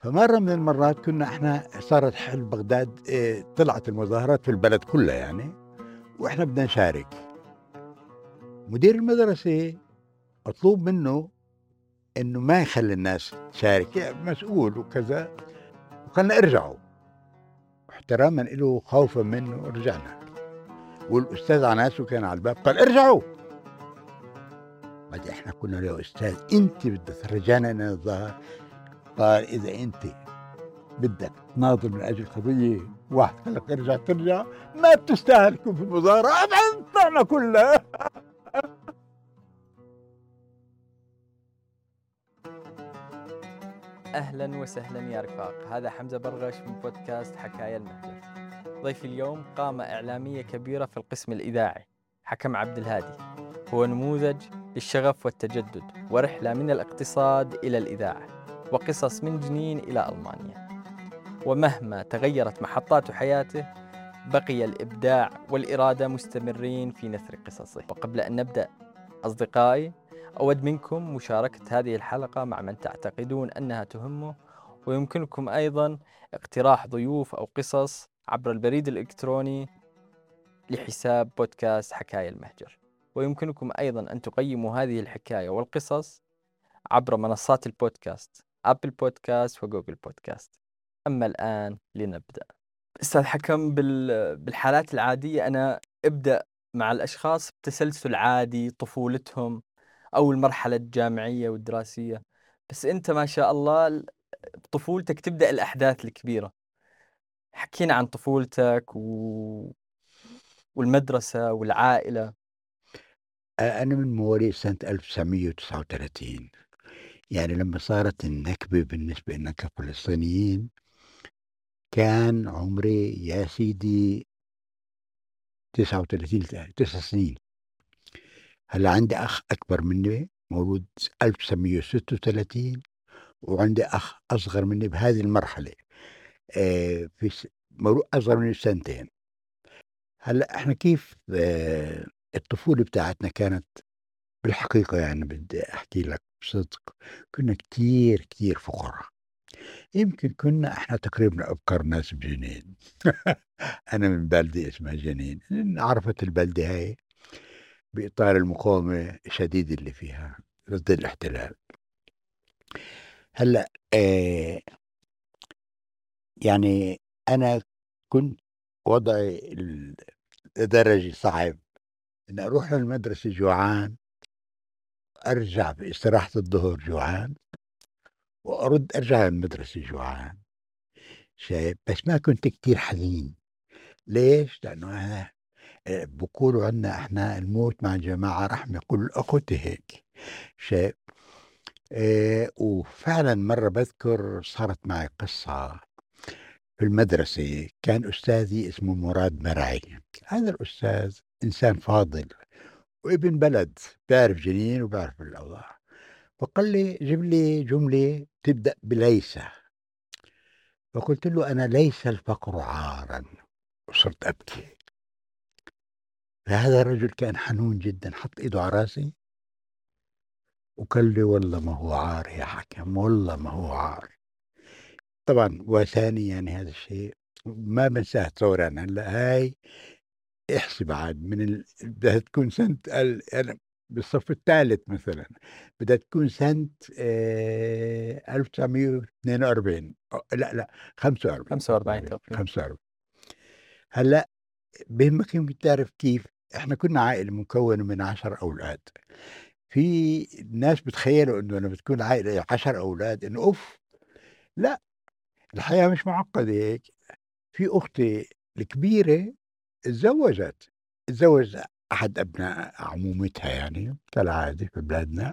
فمرة من المرات كنا إحنا صارت حل بغداد، طلعت المظاهرات في البلد كلها يعني، وإحنا بدنا نشارك. مدير المدرسة مطلوب منه إنه ما يخلي الناس تشارك، يعني مسؤول وكذا، وقالنا ارجعوا. احتراما له خوفا منه رجعنا، والأستاذ عناسو كان على الباب قال ارجعوا. بعد إحنا قلنا له يا أستاذ أنت بدك ترجعنا إلى الظاهر. قال إذا أنت بدك تناضل من أجل قضية واحد خلك ارجع ترجع، ما بتستاهل تكون في المظاهرة أبعد، طلعنا كلها. أهلا وسهلا يا رفاق، هذا حمزة برغش من بودكاست حكاية المهجر. ضيفي اليوم قامة إعلامية كبيرة في القسم الإذاعي، حكم عبد الهادي. هو نموذج للشغف والتجدد، ورحلة من الاقتصاد إلى الإذاعة، وقصص من جنين إلى ألمانيا. ومهما تغيرت محطات حياته بقي الإبداع والإرادة مستمرين في نثر قصصه. وقبل أن نبدأ أصدقائي، أود منكم مشاركة هذه الحلقة مع من تعتقدون أنها تهمه، ويمكنكم أيضا اقتراح ضيوف أو قصص عبر البريد الإلكتروني لحساب بودكاست حكاية المهجر. ويمكنكم أيضا أن تقيموا هذه الحكاية والقصص عبر منصات البودكاست أبل بودكاست وجوجل بودكاست. أما الآن لنبدأ. أستاذ حكم، بالحالات العادية أنا أبدأ مع الأشخاص بتسلسل عادي، طفولتهم أو المرحلة الجامعية والدراسية. بس أنت ما شاء الله بطفولتك تبدأ الأحداث الكبيرة. حكينا عن طفولتك والمدرسة والعائلة. أنا من مواليد سنة 1939، يعني لما صارت النكبة بالنسبة لنا كفلسطينيين كان عمري يا سيدي 39 9 سنين. هلا عندي أخ أكبر مني مولود 1936، وعندي أخ أصغر مني بهذه المرحلة، مولود أصغر مني بسنتين. هلا إحنا كيف الطفولة بتاعتنا كانت بالحقيقة، يعني بدي أحكي لك بصدق، كنا كتير كتير فقراء. يمكن كنا إحنا تقريبا أبكر ناس بجنين. أنا من بلدة اسمها جنين، عرفت البلدة هاي بإطار المقاومة الشديدة اللي فيها ضد الاحتلال. هلا يعني أنا كنت وضعي لدرجة صعب إن أروح المدرسة جوعان، أرجع باستراحة الظهر جوعان، وأرد أرجع المدرسة جوعان. شايف؟ بس ما كنت كتير حزين. ليش؟ لأنه أنا بقولوا عنا إحنا الموت مع الجماعة رحمة، كل أخوتي هيك. شايف؟ وفعلا مرة بذكر صارت معي قصة في المدرسة. كان أستاذي اسمه مراد مرعي. هذا الأستاذ إنسان فاضل وابن بلد، بيعرف جنين وبيعرف الأوضاع. فقال لي جيب لي جملة تبدأ بليس. فقلت له أنا ليس الفقر عارا، وصرت أبكي. فهذا الرجل كان حنون جدا، حط إيده على راسي وقال لي والله ما هو عار يا حكم، والله ما هو عار. طبعا وثاني يعني هذا الشيء ما بنساه تصور. أنا هلا هاي احسب عاد بدها تكون سنة أنا بالصف الثالث مثلا، بدها تكون سنة 1942. لا لا، 45 45 تقريبا. 45. هلا بهمك يمكن تعرف كيف احنا كنا عائلة مكونة من 10 أولاد. في ناس بتخيلوا انه لما بتكون عائلة 10 أولاد انه اوف. لا، الحياة مش معقدة هيك. في أختي الكبيرة اتزوجت، اتزوج أحد أبناء عمومتها يعني كالعادة في بلادنا،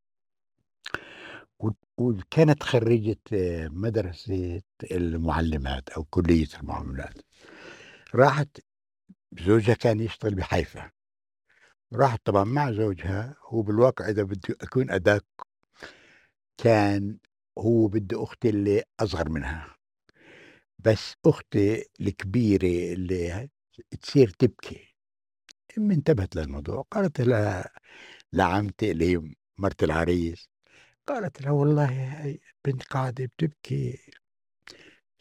وكانت خريجة مدرسة المعلمات أو كلية المعلمات. راحت، زوجها كان يشتغل بحيفا، راحت طبعا مع زوجها. هو بالواقع إذا بدي أكون أدق، كان هو بده أختي اللي أصغر منها، بس أختي الكبيرة اللي تصير تبكي. أمي انتبهت للموضوع، قالت لها لعمتي اللي هي مرت العريس، قالت لها والله هي بنت قاعدة بتبكي.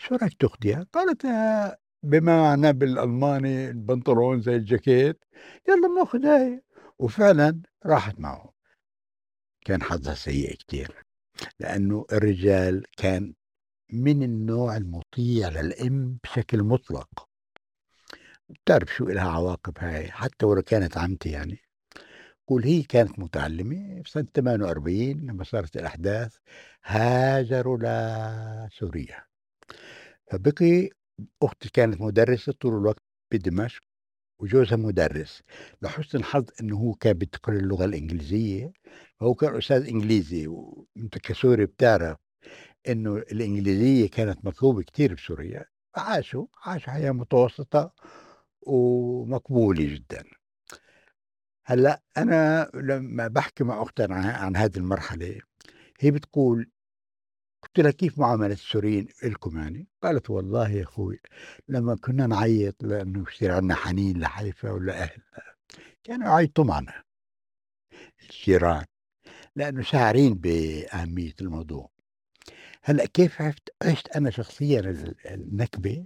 شو رأيك تاخديها؟ قالت بما معناه بالألماني البنطلون زي الجاكيت، يلا بناخد هاي. وفعلا راحت معه. كان حظها سيء كتير، لأنه الرجال كان من النوع المطيع للأم بشكل مطلق. بتعرف شو إلها عواقب هاي، حتى ولو كانت عمتي يعني. قول هي كانت متعلمة في سنة 48 لما صارت الأحداث، هاجروا لسوريا. فبقي أختي كانت مدرسة طول الوقت بدمشق، وجوزها مدرس. لحسن الحظ انه هو كان بيتقن اللغه الانجليزيه، فهو كان استاذ انجليزي، وانت كسوري بتعرف انه الانجليزيه كانت مطلوبه كثير بسوريا. عاشوا حياه متوسطه ومقبوله جدا. هلا انا لما بحكي مع اختي عن هذه المرحله، هي بتقول، قلت لها كيف معامله السوريين لكم يعني؟ قالت والله يا اخوي، لما كنا نعيط لانه يصير عندنا حنين لحيفا ولا اهل، كانوا يعيطوا معنا الجيران، لأنه شاعرين بأهمية الموضوع. هلأ كيف عشت أنا شخصيا النكبة؟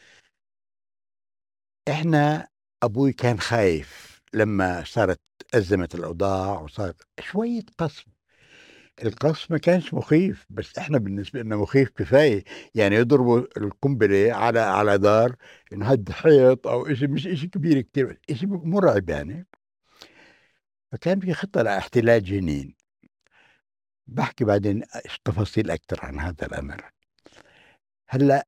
إحنا أبوي كان خايف لما صارت أزمت الأوضاع وصار شوية قصف. القصف ما كانش مخيف، بس إحنا بالنسبة لنا مخيف كفاية. يعني يضربوا القنبلة على دار، انهد حيط أو إشي، مش إشي كبير كتير، إشي مرعب يعني. فكان في خطة لاحتلال جنين. بحكي بعدين تفاصيل أكثر عن هذا الأمر. هلا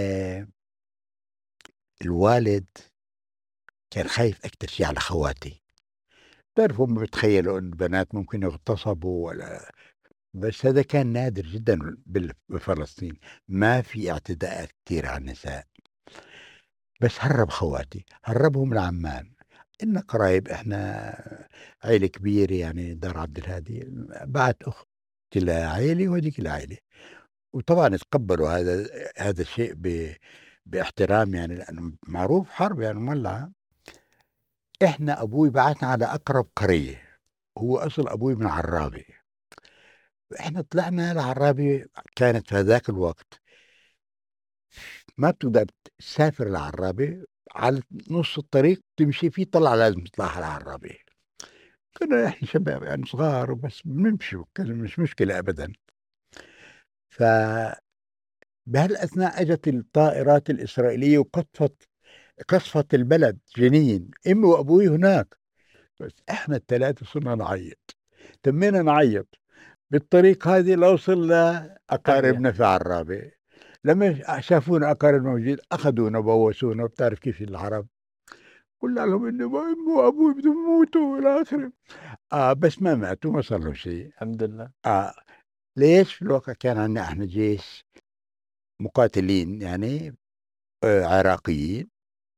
الوالد كان خايف أكثر شيء على خواتي. بتعرف هم بتخيلوا إنه البنات ممكن يغتصبوا ولا، بس هذا كان نادر جدا بفلسطين. ما في اعتداءات كثير على النساء. بس هرب خواتي، هربهم لعمان. إن قرايب إحنا عيلة كبيرة يعني، دار عبد الهادي. بعت أختي لعيلة وهذيك لعيلة، وطبعا تقبلوا هذا الشيء باحترام يعني، لأنه معروف حرب يعني مولعة. إحنا أبوي بعتنا على أقرب قرية. هو أصل أبوي من عرابة. إحنا طلعنا لعرابة. كانت في هذاك الوقت ما بتقدر تسافر لعرابة، على نص الطريق تمشي فيه طلع لازم تطلع على عرابة. كنا إحنا شباب يعني صغار وبس بنمشي، كان مش مشكلة أبدا. فبهالأثناء أجت الطائرات الإسرائيلية قصفت البلد جنين. أمي وأبوي هناك، بس إحنا الثلاثة صرنا نعيط. تمينا نعيط بالطريق هذه لوصل قرية. لأقاربنا في عرابة. لما شافونا أقاربنا موجود أخذونا بوسونا. بتعرف كيف العرب، قلنا لهم إنه أمي وأبوي بدهم يموتوا إلى آخره. بس ما ماتوا، ما صار لهم شيء. الحمد لله. آه ليش؟ في الواقع كان عندنا إحنا جيش مقاتلين يعني، عراقيين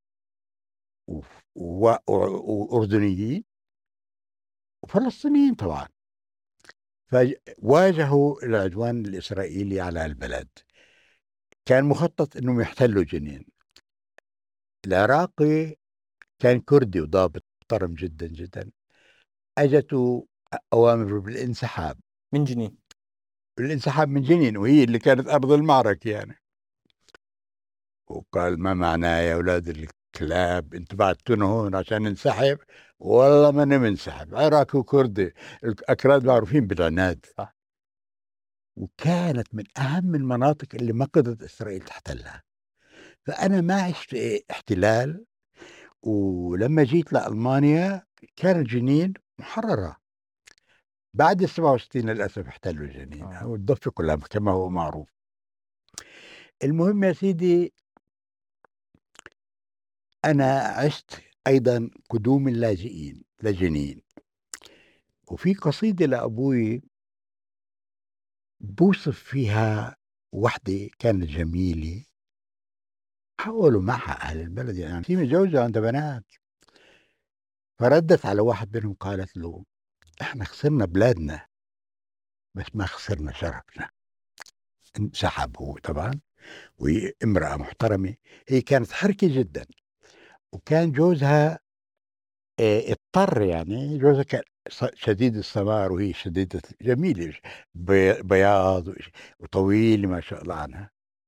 وأردنيين وفلسطينيين طبعا. فواجهوا العدوان الإسرائيلي على البلد. كان مخطط أنهم يحتلوا جنين. العراقي كان كردي وضابط محترم جدا جدا. أجته أوامر بالانسحاب. من جنين. الانسحاب من جنين، وهي اللي كانت أرض المعركة يعني. وقال ما معناه يا أولاد الكلاب، أنتوا بعتونا هون عشان ننسحب؟ والله ما منسحب. عراقي وكردي، الأكراد معروفين بالعناد. صح. وكانت من أهم المناطق اللي ما قدرت إسرائيل تحتلها. فأنا ما عشت احتلال. ولما جيت لألمانيا كان جنين محررة. بعد ال 67 للأسف احتلوا جنين، آه. أو الضفة كلها كما هو معروف. المهم يا سيدي، أنا عشت أيضا قدوم اللاجئين لجنين. وفي قصيدة لأبوي بوصف فيها وحدة كانت جميلة. حاولوا معها أهل البلد يعني، في متجوزة عندها بنات. فردت على واحد منهم قالت له: احنا خسرنا بلادنا بس ما خسرنا شرفنا. انسحب هو طبعا، وهي امرأة محترمة. هي كانت حركة جدا. وكان جوزها اضطر يعني. جوزها كان شديد السمار وهي شديدة جميلة، بياض وطويلة ما شاء الله عنها.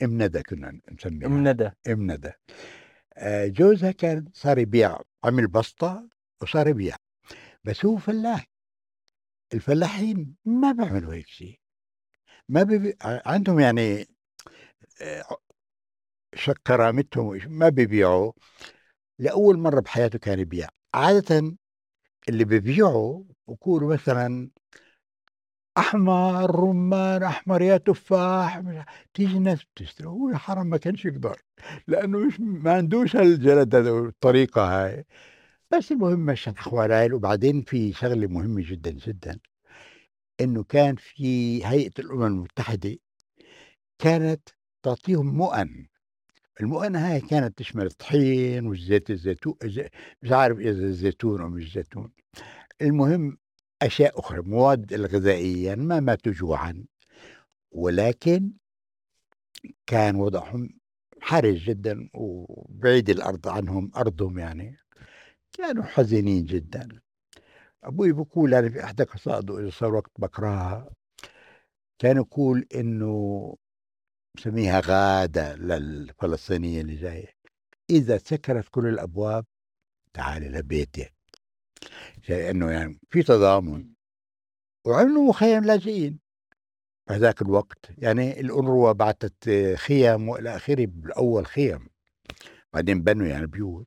أم ندى كنا نسميها. أم ندى. أم ندى. جوزها كان صار يبيع، عمل بسطة وصار يبيع، بس هو فلاح. الفلاحين ما بيعملوا هيك شيء، ما عندهم يعني آه، كرامتهم ما بيبيعوا. لأول مرة بحياته كان يبيع. عادة اللي بيبيعوا بيكونوا مثلا أحمر رمان، أحمر يا تفاح، تيجي الناس بتشتري. هو يا حرام ما كانش يقدر، لأنه مش ما عندوش هالجلد هذا والطريقة هاي. بس المهم مشى الأحوال. وبعدين في شغلة مهمة جدا جدا، إنه كان في هيئة الأمم المتحدة كانت تعطيهم مؤن. المؤن هاي كانت تشمل الطحين والزيت الزيتون، مش عارف إذا الزيتون أو مش زيتون، المهم أشياء أخرى، مواد الغذائية. يعني ما ماتوا جوعا، ولكن كان وضعهم حرج جدا وبعيد الأرض عنهم، أرضهم يعني. كانوا حزينين جدا. أبوي بقول يعني في إحدى قصائده، إذا صار وقت بقراها، كان يقول إنه مسميها غادة للفلسطينيين اللي جاية: إذا سكرت كل الأبواب تعال لبيتي. لأنه يعني في تضامن. وعملوا مخيم لاجئين في ذاك الوقت. يعني الأنروا بعثت خيم وإلى آخره، بالأول خيم، بعدين بنوا يعني بيوت.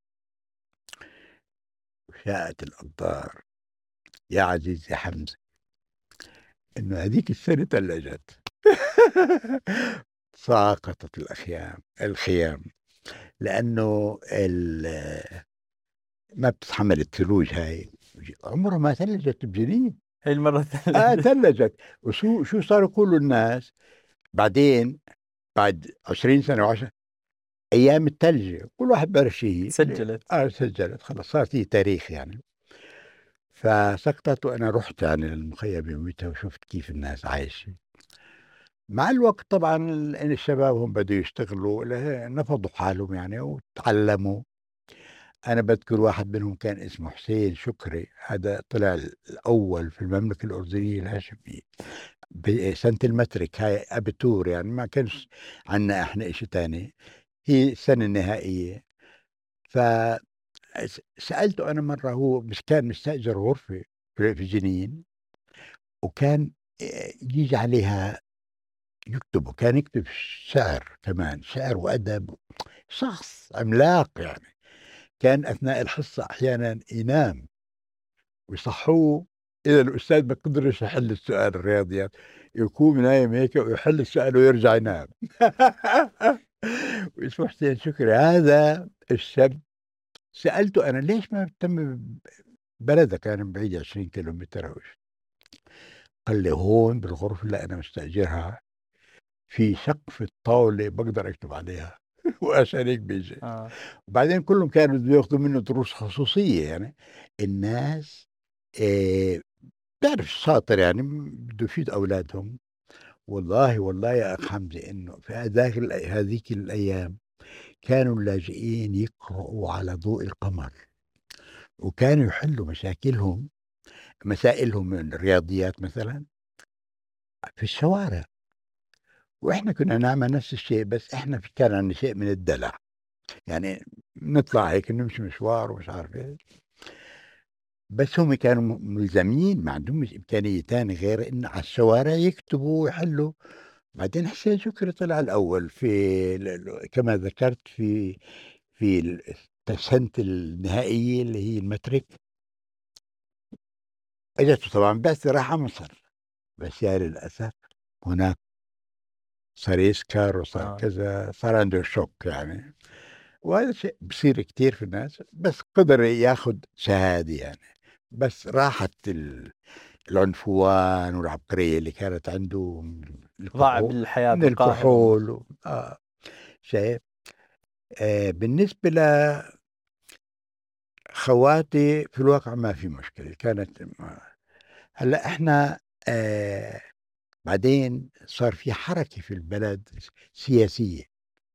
شاءت الأقدار يا عزيزي حمزة إنه هذيك السنة ثلجت. سقطت الخيام، لأنه ما بتتحمل الثلوج هاي. عمرها ما ثلجت بجنين. هي المرة الثالثة. ثلجت. وشو صاروا يقولوا الناس بعدين، بعد 20 سنة و10 أيام الثلج، كل واحد بيعرف شيء. سجلت. سجلت خلص، صار في تاريخ يعني. فسقطت. وأنا رحت يعني للمخيم يوميتها وشفت كيف الناس عايشة. مع الوقت طبعا الشباب هم بدوا يشتغلوا، نفضوا حالهم يعني وتعلموا. أنا بذكر واحد منهم كان اسمه حسين شكري، هذا طلع الأول في المملكة الأردنية الهاشمية بسنة المترك، هاي أبتور يعني، ما كانش عنا إحنا إشي تاني، هي السنة النهائية. فسألته أنا مرة، هو مش كان مستأجر غرفة في جنين، وكان يجي عليها يكتب، وكان يكتب شعر كمان، شعر وأدب. شخص عملاق يعني. كان أثناء الحصة أحيانا ينام ويصحوه إذا الأستاذ ما قدرش يحل السؤال الرياضيات، يقوم نايم هيك ويحل السؤال ويرجع ينام. واسمه حسين شكري هذا الشاب. سألته أنا ليش ما بتهتم ببلدك، كان بعيد 20 كيلومتر أو شيء. قال لي هون بالغرفة اللي أنا مستأجرها في سقف الطاولة بقدر أكتب عليها. وعشان هيك بيجي. وبعدين كلهم كانوا بده ياخذوا منه دروس خصوصية يعني. الناس آه بتعرف شاطر يعني، بده يفيد أولادهم. والله والله يا أخ حمزة، إنه في هذيك الأيام كانوا اللاجئين يقرأوا على ضوء القمر، وكانوا يحلوا مسائلهم من الرياضيات مثلا في الشوارع. وإحنا كنا نعمل نفس الشيء، بس إحنا كان عندنا شيء من الدلع يعني. نطلع هيك نمشي مشوار ومش عارف ايه. بس هم كانوا ملزمين، ما عندهمش إمكانية تاني غير إن على الشوارع يكتبوا ويحلوا. بعدين حسين شكري طلع الأول في كما ذكرت في السنة النهائية اللي هي المترك. اجته طبعا بعثة راح على مصر، بس يا للأسف هناك صار يسكر وصار كذا، صار عنده شوك يعني. وهذا شيء بصير كتير في الناس. بس قدر ياخذ شهادة يعني. بس راحت العنفوان والعبقرية اللي كانت عنده من ضاع الكحول، بالحياة من بالقاهرة الكحول شايف. بالنسبة لخواتي في الواقع ما في مشكلة كانت. هلا احنا آه بعدين صار في حركة في البلد سياسية.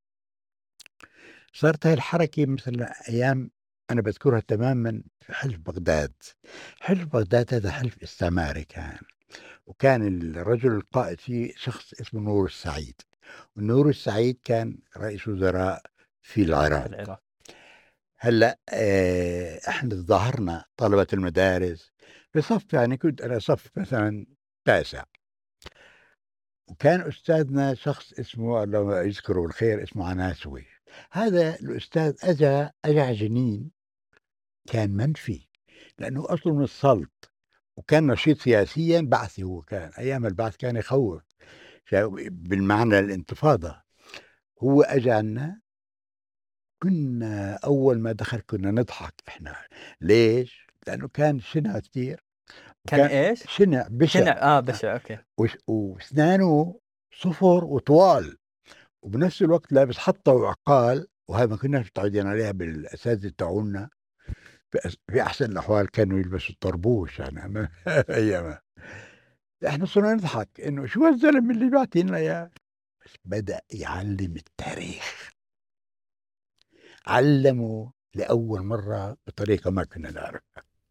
صارت هاي الحركة مثلا أيام أنا بذكرها تماما في حلف بغداد. حلف بغداد هذا حلف استعماري كان، وكان الرجل القائد فيه شخص اسمه نور السعيد. ونور السعيد كان رئيس وزراء في العراق. العراق. هلا احنا ظهرنا طلبة المدارس في صف، يعني كنت انا صف مثلا تاسع، وكان استاذنا شخص اسمه الله يذكره بالخير اسمه عناسوي. هذا الاستاذ اجى جنين، كان منفي لانه اصله من السلط، وكان نشيط سياسيا بعثي. هو كان ايام البعث كان يخوف بالمعنى الانتفاضة. هو اجى عنا، كنا أول ما دخل كنا نضحك إحنا. ليش؟ لأنه كان شنع كثير، كان وكان ايش؟ شنع بشع. شنع، بشع، اوكي. وأسنانه صفر وطوال، وبنفس الوقت لابس حطة وعقال، وهذا ما كناش متعودين عليها بالأساتذة تاعونا. في أحسن الأحوال كانوا يلبسوا الطربوش يعني أيامها. إحنا صرنا نضحك إنه شو هالزلمة اللي بيعطينا لنا إياه. بس بدأ يعلم التاريخ، علمه لأول مرة بطريقة ما كنا نعرف،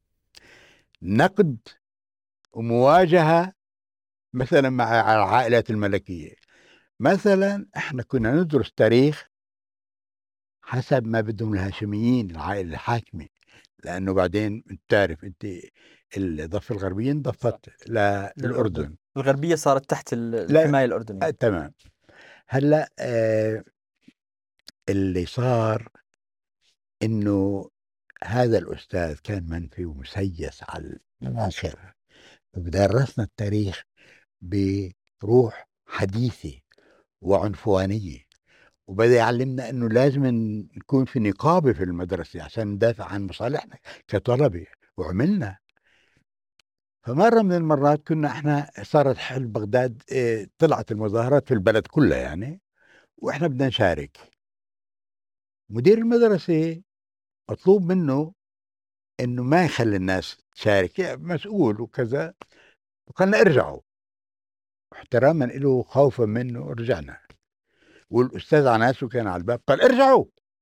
نقد ومواجهة. مثلا مع العائلات الملكية، مثلا احنا كنا ندرس تاريخ حسب ما بدهم الهاشميين، العائلة الحاكمة، لأنه بعدين انت تعرف انت الضفة الغربية انضفت للأردن. للأردن. الغربية صارت تحت لا الحماية الأردنية. تمام. هلا اللي صار انه هذا الأستاذ كان منفي ومسيس على الآخر، درسنا التاريخ بروح حديثة وعنفوانية، وبدأ يعلمنا أنه لازم نكون في نقابة في المدرسة عشان ندافع عن مصالحنا كطلبة، وعملنا. فمرة من المرات كنا احنا صارت حل بغداد، طلعت المظاهرات في البلد كلها يعني، واحنا بدنا نشارك. مدير المدرسة مطلوب منه انه ما يخلي الناس تشارك، يعني مسؤول وكذا، وقالنا ارجعوا. احتراما له خوفا منه رجعنا، والاستاذ عناسو كان على الباب قال ارجعوا.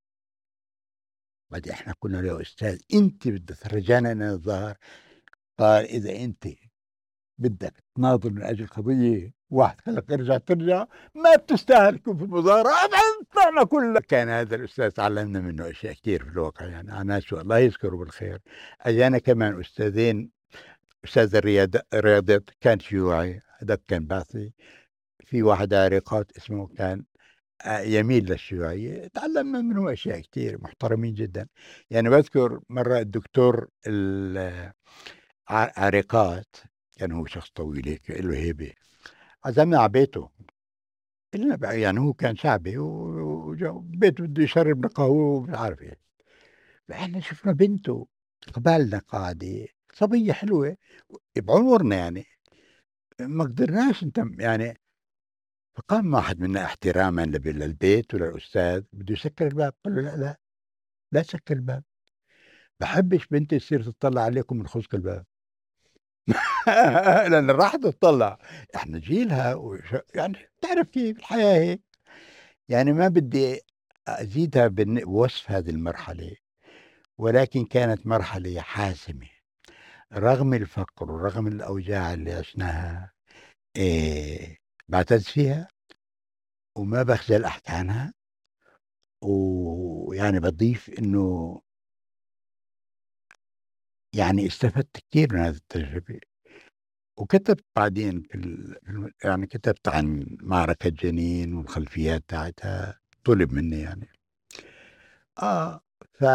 بعد احنا قلنا له يا استاذ انت بدك ترجعنا ان نتظاهر؟ قال اذا انت بدك تناضل من اجل قضيه واحد خلك ترجع ما بتستاهل تكون في المظاهره ابدا، طلعنا كلنا. كان هذا الاستاذ تعلمنا منه اشياء كثير في الواقع، يعني عناسو الله يذكره بالخير. اجانا كمان استاذين، استاذ الرياضيات كان شيوعي، هذاك كان باثي. في واحد عريقات اسمه كان يميل للشيوعية، تعلمنا منه أشياء كثير، محترمين جدا. يعني بذكر مرة الدكتور عريقات، كان هو شخص طويل هيك له هيبة، عزمنا على بيته. قلنا بقى يعني هو كان شعبي وبيته بده يشربنا قهوة ومش عارف ايه. فاحنا شفنا بنته قبالنا قاعدة، صبية حلوة بعمرنا يعني، ما قدرناش انت يعني. فقام واحد منا احتراما للبيت وللأستاذ بده يسكر الباب، قال له لا لا، لا تسكر الباب، بحبش بنتي تصير تطلع عليكم من خزق الباب. لأن راح تطلع، احنا جيلها يعني تعرف كيف الحياة هيك. يعني ما بدي أزيدها بوصف هذه المرحلة، ولكن كانت مرحلة حاسمة رغم الفقر ورغم الأوجاع اللي عشناها. إيه، بعتز فيها وما بخجل أحكي عنها. ويعني بضيف انه يعني استفدت كثير من هذه التجربة. وكتبت بعدين يعني كتبت عن معركة جنين والخلفيات تاعتها، طلب مني يعني. ف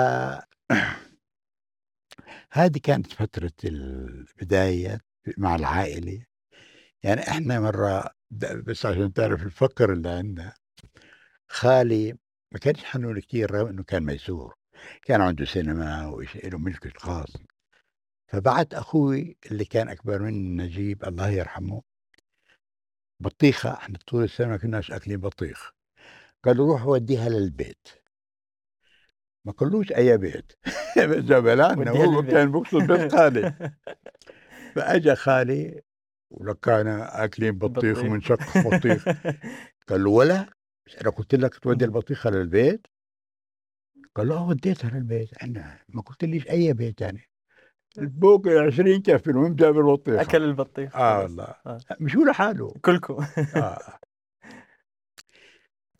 هذه كانت فترة البداية مع العائلة. يعني احنا مرة بس عشان تعرف الفقر اللي عندنا، خالي ما كانش حنون كثير رغم انه كان ميسور، كان عنده سينما وشيء له ملك الخاص. فبعت اخوي اللي كان اكبر مني نجيب الله يرحمه بطيخه، احنا طول السنه ما كناش اكلين بطيخ. قال له روح وديها للبيت. ما قالوش اي بيت جبل عنا، وديها هو للبيت. كان بيقصد بيت خالي. فاجا خالي ولكانا اكلين بطيخ البطيخ. ومنشق بطيخ. قال له ولا انا قلت لك تودي البطيخه للبيت؟ قال له وديتها للبيت، انا ما قلت ليش اي بيت يعني. البوق 20 كف المهم جاب البطيخه. أكل البطيخ اه خلاص. والله، مشوا لحاله. كلكم. اه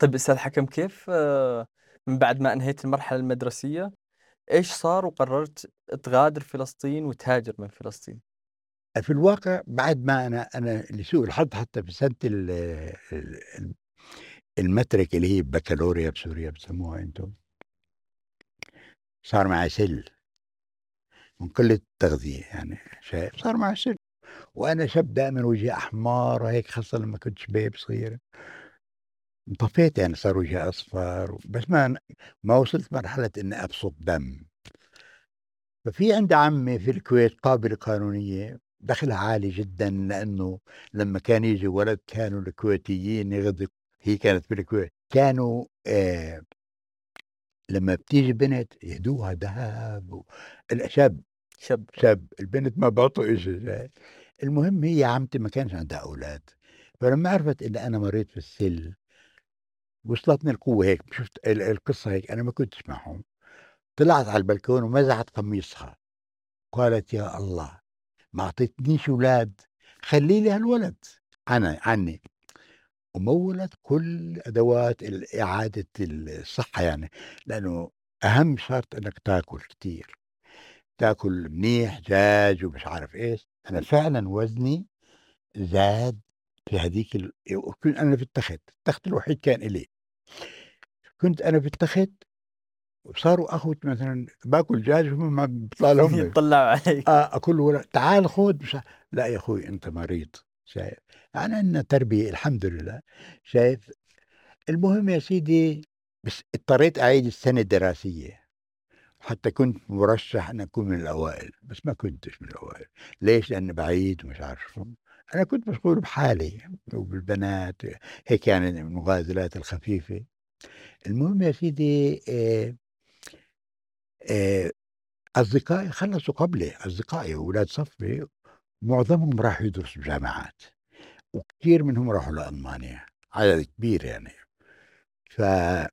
طيب أستاذ حكم، كيف من بعد ما أنهيت المرحلة المدرسية إيش صار وقررت تغادر فلسطين وتهاجر من فلسطين؟ في الواقع بعد ما أنا لسوء الحظ حتى في سنة ال المترك اللي هي البكالوريا بسوريا بسموها أنتم، صار معي سِل من قلة التغذية يعني، شايف؟ صار معي سِل، وأنا شاب دائمًا وجهي أحمر وهيك، خاصة لمّا كنت شباب صغير. انطفيت يعني، صار وجهي أصفر، بس ما وصلت مرحلة إني أبصق دم. ففي عندي عمي في الكويت قابلة قانونية دخلها عالي جدًا، لأنه لمّا كان ييجي ولد كانوا الكويتيين يغذوا. هي كانت في الكويت، كانوا لمّا بتيجي بنت يهدوها دهب شاب، شاب. البنت ما بيعطوا إشي. المهم هي عمتي ما كانش عندها أولاد، فلمّا عرفت إني أنا مريض في السِل وصلتني القوة هيك، شُفت القصة هيك، أنا ما كنتش معهم. طلعت على البلكون ومزحت قميصها، قالت: "يا الله، ما أعطيتنيش ولاد، خلّي لي هالولد عني." وموّلت كل أدوات إعادة الصحة يعني، لأنه أهم شرط إنك تاكل كتير، تاكل منيح، دجاج ومش عارف إيش. أنا فعلًا وزني زاد في هاديك وكنت أنا في التخت الوحيد كان إلي. كنت أنا في التخت وصاروا أخوتي مثلًا باكل دجاج وهُم ما بيطلع لهمش. يتطلعوا عليك. أقول له: "تعال خُد." مش "لأ يا أخوي أنت مريض." شايف؟ يعني عندنا تربية الحمد لله. شايف؟ المهم يا سيدي، بس اضطريت أعيد السنة الدراسية، حتى كنت مرشح إني أكون من الأوائل، بس ما كنتش من الأوائل. ليش؟ لأني بعيد ومش عارف شو. أنا كنت مشغول بحالي وبالبنات، هيك يعني المغازلات الخفيفة. المهم يا سيدي، آآ أصدقائي خلّصوا قبلي، أصدقائي وولاد صفّي معظمهم راحوا يدرسوا بجامعات، وكتير منهم راحوا لألمانيا، عدد كبير يعني. فبالنسبة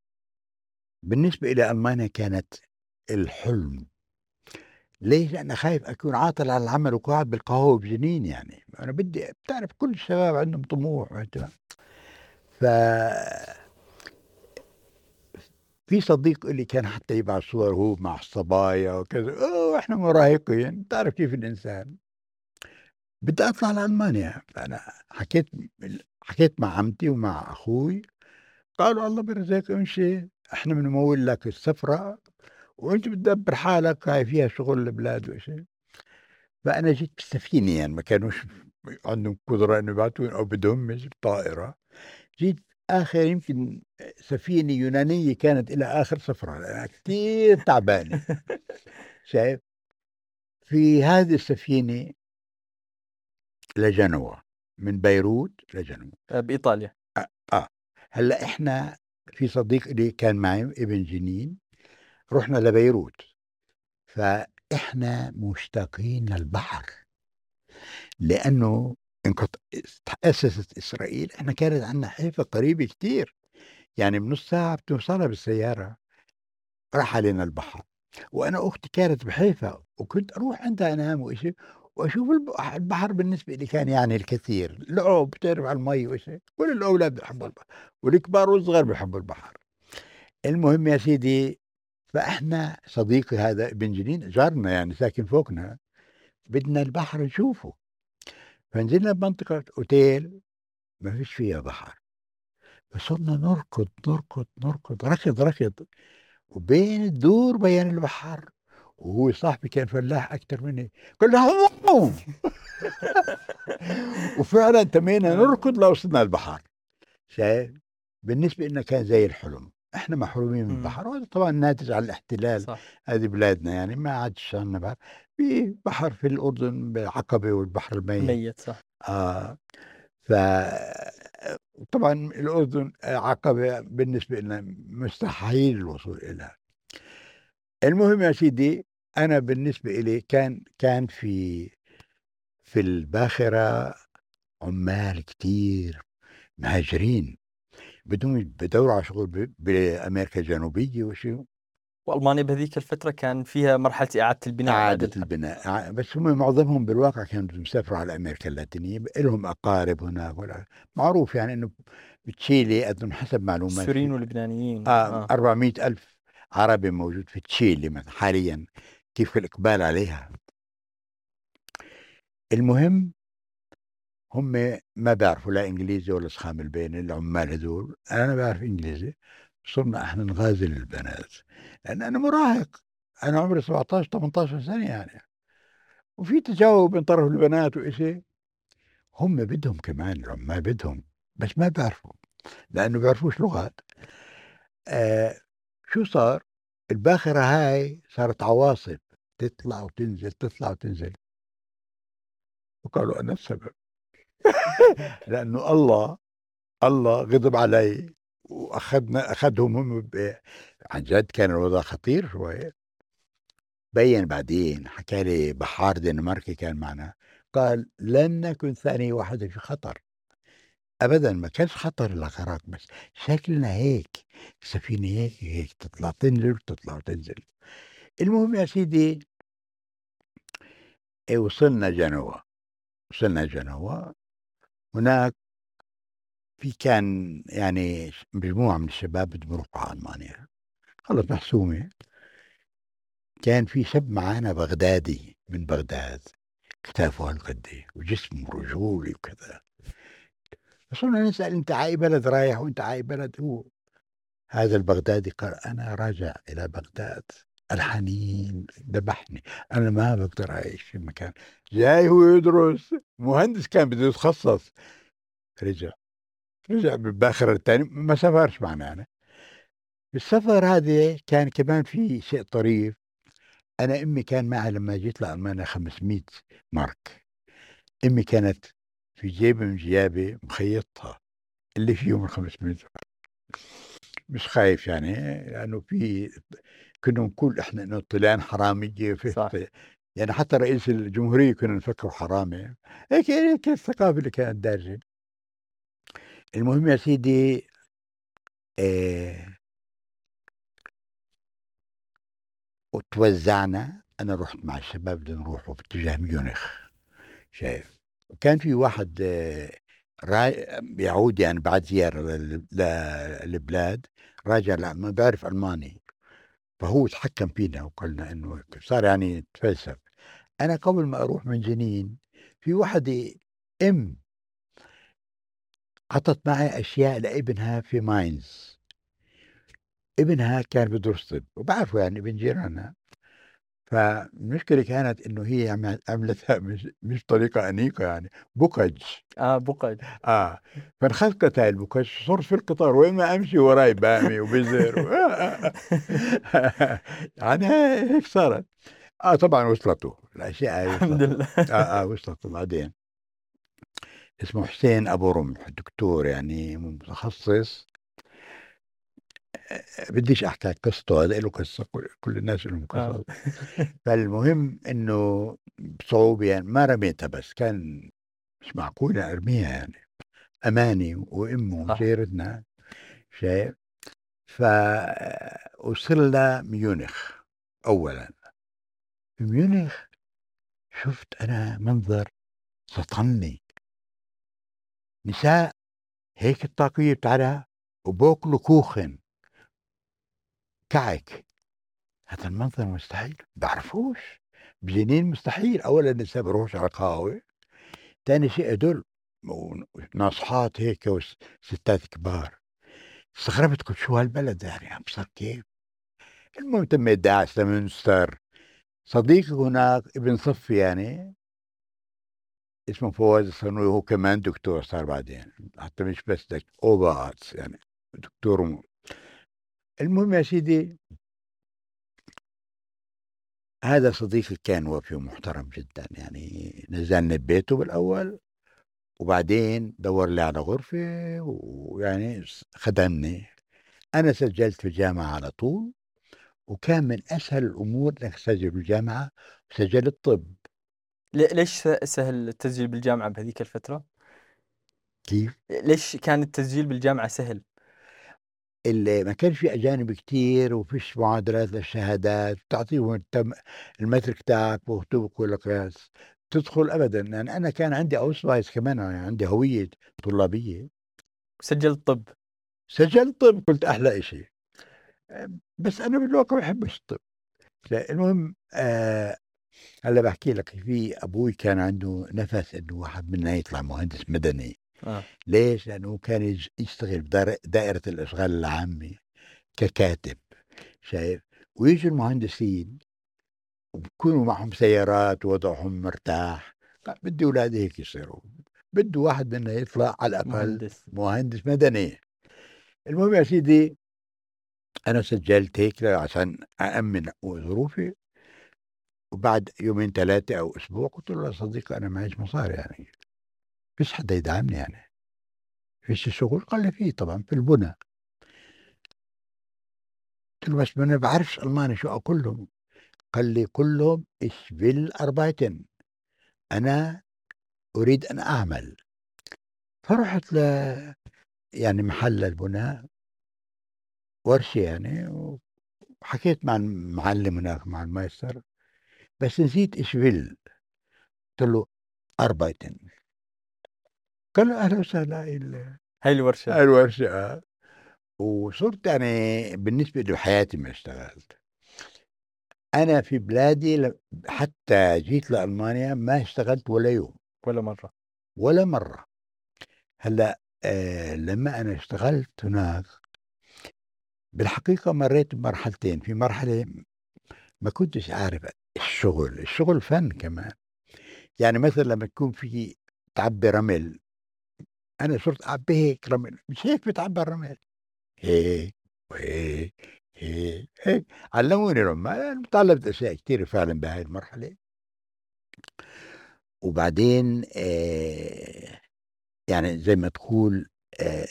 إلي ألمانيا كانت الحلم. ليش؟ لأني خايف أكون عاطل عن العمل وقاعد بالقهوة بجنين يعني، أنا بدي، بتعرف كل الشباب عندهم طموح واهتمام. ففي صديق إلي كان حتى يبعت صور وهو مع الصبايا وكذا، إحنا مراهقين، بتعرف كيف الإنسان. بدي أطلع لألمانيا، فأنا حكيت مع عمتي ومع أخوي، قالوا: "الله بيرزقك امشي، إحنا بنموّل لك السفرة وأنت بتدبّر حالك، هاي فيها شغل البلاد وإشي." فأنا جيت بالسفينة يعني، ما كانوش عندهم قدرة إنه يبعتوني أو بدهمش بطائرة. جيت آخر يمكن سفينة يونانية كانت إلى آخر سفرة، لأنها كتير تعبانة. شايف؟ في هذه السفينة لجنوة، من بيروت لجنوة. بإيطاليا. آه. هلأ إحنا في صديق لي كان معي ابن جنين، رُحنا لبيروت، فإحنا مشتاقين للبحر، لأنه تأسست إسرائيل، إحنا كانت عندنا حيفا قريبة كتير، يعني بنُص ساعة بتوصلها بالسيارة. راح علينا البحر، وأنا أختي كانت بحيفا وكنت أروح عندها أنام وإشي، وأشوف البحر بالنسبة لي كان يعني الكثير، لعب، بتعرف على المي وإشي، كل الأولاد بيحبوا البحر، والكبار والصغار بيحبوا البحر. المهم يا سيدي، فإحنا صديقي هذا ابن جنين جارنا يعني ساكن فوقنا، بدنا البحر نشوفه. فنزلنا بمنطقة أوتيل ما فيش فيها بحر، فصرنا نركض، نركض، نركض، ركض، وبين الدور بين البحر، وهو صاحبي كان فلاح أكتر مني، قلنا هوم. وفعلا تمينا نركض لوصلنا البحر. شايف؟ بالنسبة لنا كان زي الحلم، احنا محرومين من إمم. البحر، وهذا طبعا ناتج عن الاحتلال. صح. هذه بلادنا يعني ما عادش عندنا بحر. في بحر في الأردن بعقبة والبحر الميت. ميت صح. آه. ف طبعا الأردن عقبة بالنسبة لنا مستحيل الوصول إليها. المهم يا سيدي، أنا بالنسبة إلي كان في الباخرة عمال كتير مهاجرين بدوروا على شغل بأمريكا الجنوبية وشي. وألمانيا بهذيك الفترة كان فيها مرحلة إعادة البناء بعد إعادة الحرب. البناء، بس هم معظمهم بالواقع كانوا مسافروا على أمريكا اللاتينية، إلهم أقارب هناك معروف يعني إنه بتشيلي أظن حسب معلوماتي السوريين واللبنانيين 400 ألف عربي موجود في تشيلي مثلا حاليا، كيف الإقبال عليها. المهم هم ما بيعرفوا لا إنجليزي ولا سخام البين العمال هذول، أنا بعرف إنجليزي. صرنا إحنا نغازل البنات لأن أنا مراهق، أنا عمري 17 18 سنة يعني، وفي تجاوب من طرف البنات وإشي. هم بدهم كمان العمال بدهم، بس ما بيعرفوا لأنه بيعرفوش لغات. آه شو صار؟ الباخرة هاي صارت عواصف، تطلع وتنزل تطلع وتنزل، وقالوا أنا السبب. لأنه الله غضب علي أخذهم هم عن جد كان الوضع خطير شوي. بين بعدين حكى لي بحار دنماركي كان معنا، قال لن نكن ثاني واحد في خطر أبدا، ما كانش خطر الغرق، بس شكلنا هيك، السفينة هيك هيك تطلع تنزل تطلع وتنزل. المهم يا سيدي، وصلنا جنوة. هناك في كان يعني مجموعة من الشباب بدهم يروحوا على ألمانيا، خلص محسومة. كان في شاب معانا بغدادي من بغداد، كتافه هالقد وجسمه رجولي وكذا. فصرنا نسأل أنت عاي بلد رايح وأنت عاي بلد؟ هو هذا البغدادي قال أنا راجع إلى بغداد، الحنين ذبحني، أنا ما بقدر أعيش في مكان. جاي هو يدرس مهندس، كان بده يتخصص. رجع بالآخر الثاني ما سافرش معنا يعني. السفر هذا كان كمان في شيء طريف. أنا أمي كان معها لما جيت لألمانيا 500 مارك. أمي كانت في جيب من جيابي مخيطها اللي فيهم ال 500، مش خايف يعني، لأنه في كنا نقول إحنا إنه طلعان حرامية في صح. يعني حتى رئيس الجمهورية كنا نفكره هيك هيك الثقافة اللي كانت دارجة. المهم يا سيدي، آه وتوزعنا، أنا رحت مع الشباب بدنا نروحوا باتجاه ميونخ، شايف. وكان في واحد بيعود يعني بعد زيارة للبلاد، راجع لا ما بيعرف ألماني، فهو تحكم فينا وقالنا إنه صار يعني تفلسف. أنا قبل ما أروح من جنين، في واحدة أم عطت معي أشياء لابنها في ماينز. ابنها كان بدرس طب وبعرفه يعني ابن جيراننا. فالمشكلة كانت إنه هي عملتها مش طريقة أنيقة يعني، بوكج. بقعد. فانخفقت هاي البوكج، صرت في القطار وين ما أمشي وراي بامي وبزر يعني هيك صارت. طبعا وصلته الأشياء هاي الحمد وصلته. لله. وصلته بعدين. اسمه حسين أبو رمح، دكتور يعني متخصص. بديش أحكي قصته، هذا له قصة، كل الناس لهم آه. قصص. فالمهم إنه بصعوبة يعني ما رميتها، بس كان مش معقول أرميها يعني، أماني وأمه صح. وجيرتنا، شايف. فوصلنا ميونخ. أولا في ميونخ شفت أنا منظر سطني، نساء هيك الطاقية بتاعها وبوكلوا كوخن كعك. هذا المنظر مستحيل، بعرفوش بجنين، مستحيل. أولا النساء بروحش على قهوة، تاني شيء هدول ناصحات هيك وستات كبار. استغربت قلت شو هالبلد يعني أبصر كيف. المهم تميت داعس لمنستر. صديقي هناك ابن صفي يعني، اسمه فواز الصنوي، هو كمان دكتور صار بعدين، حتى مش بس أوبا يعني دكتور المهم يا سيدي، هذا صديقي كان وفي ومحترم جدا يعني، نزلنا ببيته بالأول، وبعدين دور لي على غرفة، ويعني خدمني. أنا سجلت في الجامعة على طول، وكان من أسهل الأمور إنك تسجل بالجامعة، وسجلت طب. ليش سهل التسجيل بالجامعة بهذيك الفترة؟ كيف؟ ليش كان التسجيل بالجامعة سهل؟ اللي ما كانش في أجانب كتير، وفيش معادلات للشهادات تعطيهم المترك تاعك ويكتبوا كل قياس تدخل أبدا. يعني أنا كان عندي أوسوايز كمان، يعني عندي هوية طلابية. سجلت طب. سجلت طب، قلت أحلى إشي. بس أنا بالواقع ما بحبش الطب. المهم هلا بحكي لك، في أبوي كان عنده نفس إنه واحد منا يطلع مهندس مدني. آه. ليش؟ لأنه كان يشتغل بدائرة الإشغال العامة ككاتب، شايف؟ ويجوا المهندسين وبكونوا معهم سيارات ووضعهم مرتاح. لا، بدي أولادي هيك يصيروا، بده واحد منا يطلع على الأقل مهندس. مهندس مدني. المهم يا سيدي، أنا سجلت هيك عشان أأمن ظروفي. وبعد يومين ثلاثة أو أسبوع قلت له يا صديقي أنا معيش مصاري، يعني فيش حدا يدعمني، يعني فيش شغل. قال لي فيه طبعا في البنى. قلت له بس ما أنا بعرفش ألماني، شو أقول لهم؟ قال لي كلهم ich will arbeiten، أنا أريد أن أعمل. فرحت يعني محل البناء، ورشة يعني، وحكيت مع المعلم هناك مع المايستر، بس نسيت إيش فيل. قلت له أربايتن. قال له أهلا وسهلا، هاي الورشة. هاي الورشة. وصرت يعني بالنسبة لحياتي ما اشتغلت. أنا في بلادي حتى جيت لألمانيا ما اشتغلت ولا يوم، ولا مرة. ولا مرة. هلا لما أنا اشتغلت هناك بالحقيقة مريت بمرحلتين. في مرحلة ما كنتش عارف الشغل فن كمان. يعني مثلا لما تكون في تعبي رمل، أنا صرت أعبي هيك رمل، مش هيك بتعبى الرمل، هيك وهيك هيك. علموني رمل، تعلمت أشياء كثيرة فعلا بهاي المرحلة. وبعدين يعني زي ما تقول آه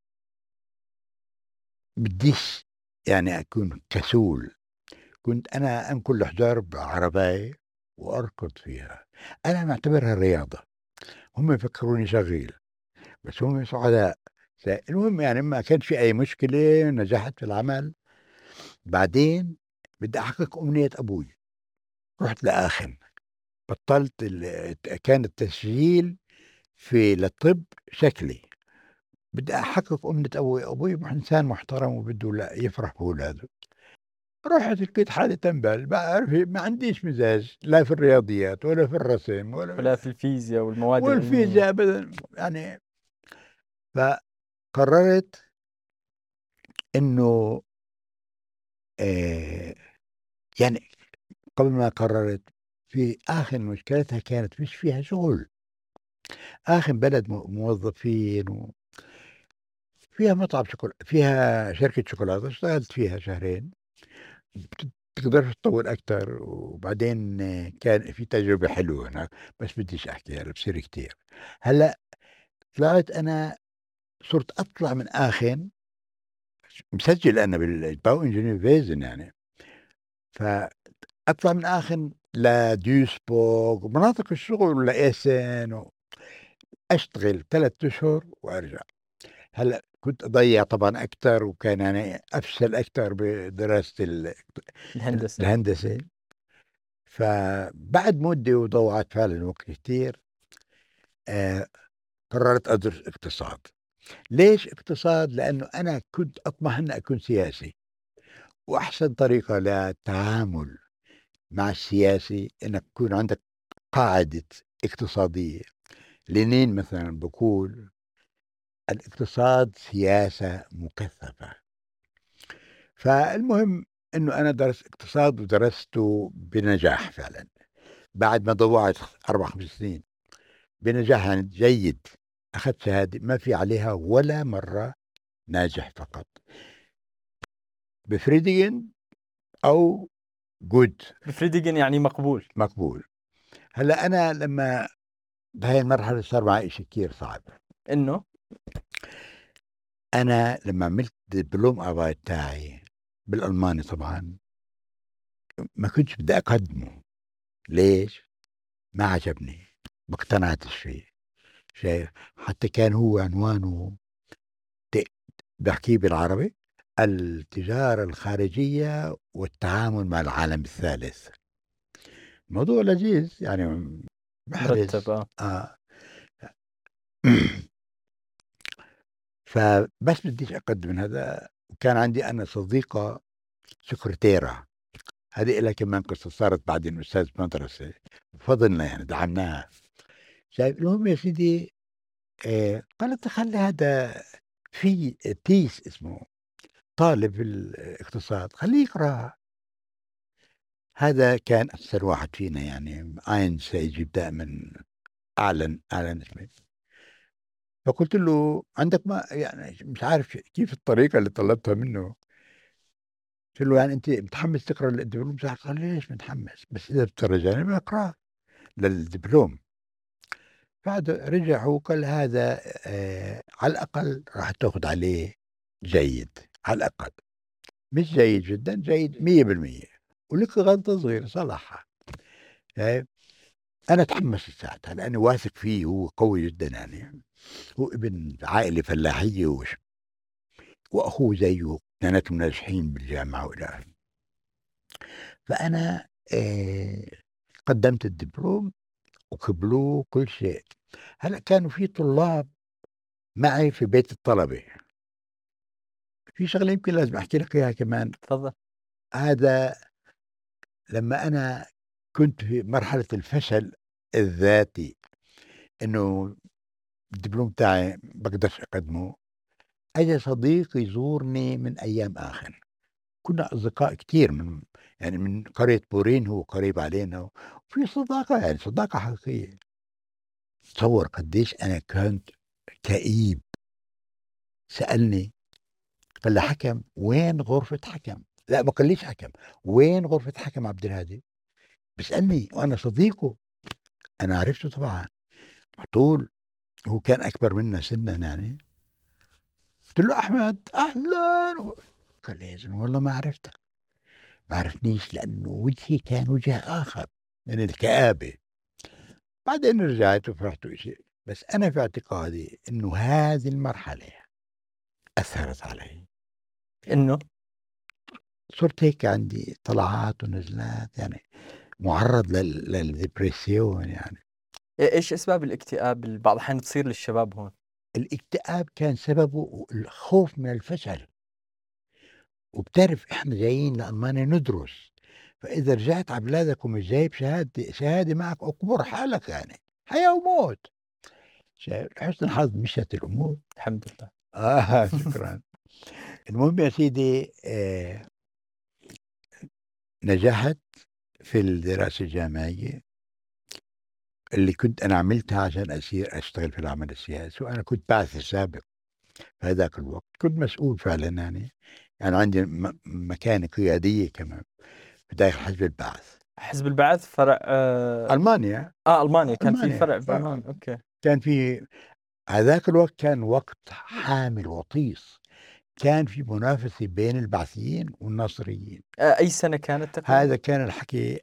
بديش يعني أكون كسول. كنت أنا أنقل الحجار بعرباية وأركض فيها. أنا معتبرها رياضة، هم يفكروني شغيل بس هم سعداء. المهم يعني ما كان في أي مشكلة، نجحت في العمل. بعدين بدي أحقق أمنية أبوي، رحت لآخن، بطلت كان التسجيل في للطب شكلي. بدي أحقق أمنية أبوي. أبوي إنسان محترم وبده لا يفرح بأولاده. رحت لقيت حالي تنبل، بعرف ما عنديش مزاج لا في الرياضيات ولا في الرسم ولا ولا في الفيزياء والمواد العلمية. والفيزياء أبدا يعني. فقررت إنه آه يعني قبل ما قررت، في آخر مشكلتها كانت فيش فيها شغل. آخر بلد موظفين، وفيها مطعم فيها شركة شوكولاتة، اشتغلت فيها شهرين. بتقدرش تطول أكتر. وبعدين كان في تجربة حلوة هناك، بس بديش أحكيها هلا بصير كتير. هلا طلعت أنا، صرت أطلع من آخن، مسجل أنا بالباو إنجينير فيزن يعني. فأطلع من آخن لديوسبورغ ومناطق الشغل لإيسن، أشتغل 3 أشهر وأرجع. هلا كنت أضيع طبعا أكتر، وكان يعني أفشل أكتر بدراسة الهندسة. الهندسة. فبعد مدة وضوعت فعلا وقت كتير آه قررت أدرس اقتصاد. ليش اقتصاد؟ لأنه أنا كنت أطمح أن أكون سياسي، وأحسن طريقة للتعامل مع السياسي أنك يكون عندك قاعدة اقتصادية. لينين مثلا بقول الاقتصاد سياسة مكثفة. فالمهم أنه أنا درست اقتصاد ودرسته بنجاح فعلا. بعد ما ضوعت 4 5 سنين بنجاح يعني جيد، أخذت شهادة ما في عليها ولا مرة ناجح فقط، بفريدين أو جود، بفريديجن يعني مقبول. مقبول. هلا أنا لما بهاي المرحلة صار معي إشي كتير صعب. انه أنا لما عملت الدبلوم أبايت تاعي بالألماني طبعا ما كنتش بدي أقدمه. ليش؟ ما عجبني، ما اقتنعتش فيه. شايف؟ حتى كان هو عنوانه ت- بحكيه بالعربي: التجارة الخارجية والتعامل مع العالم الثالث. موضوع لذيذ يعني، مرتب. بحرز اه. آه. فبس بديش أقدم من هذا. وكان عندي أنا صديقة سكرتيرة، هذه لها كمان قصة، صارت بعدين أستاذ مدرسة، فضلنا يعني دعمناها. شايف؟ المهم يا سيدي، قالت خلي هذا في تيس اسمه طالب في الاقتصاد خليه يقرأ. هذا كان أكثر واحد فينا يعني، عين سيجيب دائما أعلى نسبة. فقلت له عندك ما يعني مش عارف كيف الطريقة اللي طلبتها منه. قلت له يعني أنت متحمس تقرأ الدبلوم؟ قال ليش متحمس، بس إذا بترجعني بقرأ للدبلوم. بعد رجع هو قال هذا على الأقل راح تأخذ عليه جيد، على الأقل مش جيد جدا، جيد 100%. ولك غلطة صغيرة صلحها. آه، أنا تحمست ساعتها لأني واثق فيه، هو قوي جدا يعني. هو ابن عائلة فلاحية وأخوه زيه اثنيناتهم ناجحين بالجامعة وإلى آخره. فأنا قدمت الدبلوم وقبلوه كل شيء. هلا كانوا في طلاب معي في بيت الطلبة. في شغلة يمكن لازم أحكي لك إياها كمان. تفضل. هذا لما أنا كنت في مرحلة الفشل الذاتي، إنه الدبلوم تاعي بقدرش أقدمه، أجا صديق يزورني من أيام آخر. كنا أصدقاء كتير يعني من قرية بورين، هو قريب علينا، وفي صداقة يعني صداقة حقيقية. تصور قديش أنا كنت كئيب. سألني، قال لي حكم وين غرفة حكم؟ لا ما قاليش حكم، وين غرفة حكم عبد الهادي؟ بيسألني وأنا صديقه. أنا عرفته طبعا على طول، هو كان أكبر منا سنا يعني. قلت له أحمد أهلا. قال لي يا زلمة والله ما عرفتك. ما عرفنيش لأنه وجهي كان وجه آخر من الكآبة. بعدين رجعت وفرحت وشيء. بس أنا في اعتقادي إنه هذه المرحلة أثرت علي. إنه صرت هيك عندي طلعات ونزلات يعني، معرض للدبرسيون يعني. إيش أسباب الاكتئاب اللي بعض الأحيان تصير للشباب هون؟ الاكتئاب كان سببه الخوف من الفشل. وبتعرف احنا جايين لألمانيا ندرس، فإذا رجعت على بلادك ومش جايب شهادة معك اقبر حالك يعني، حياة وموت. شايف؟ حسن الحظ مشت الأمور. الحمد لله. شكرا. المهم يا سيدي، نجحت في الدراسة الجامعية اللي كنت أنا عملتها عشان أصير أشتغل في العمل السياسي. وأنا كنت باعث سابق في هذاك الوقت، كنت مسؤول فعلا يعني. يعني عندي مكانة قيادية كمان في داخل حزب البعث. حزب البعث فرع ألمانيا. ألمانيا، كان في ألمانيا فرع بألمانيا. أوكي. كان في هذاك الوقت كان وقت حامل وطيس. كان في منافسة بين البعثيين والناصريين. أي سنة كانت تقريبا؟ هذا كان الحكي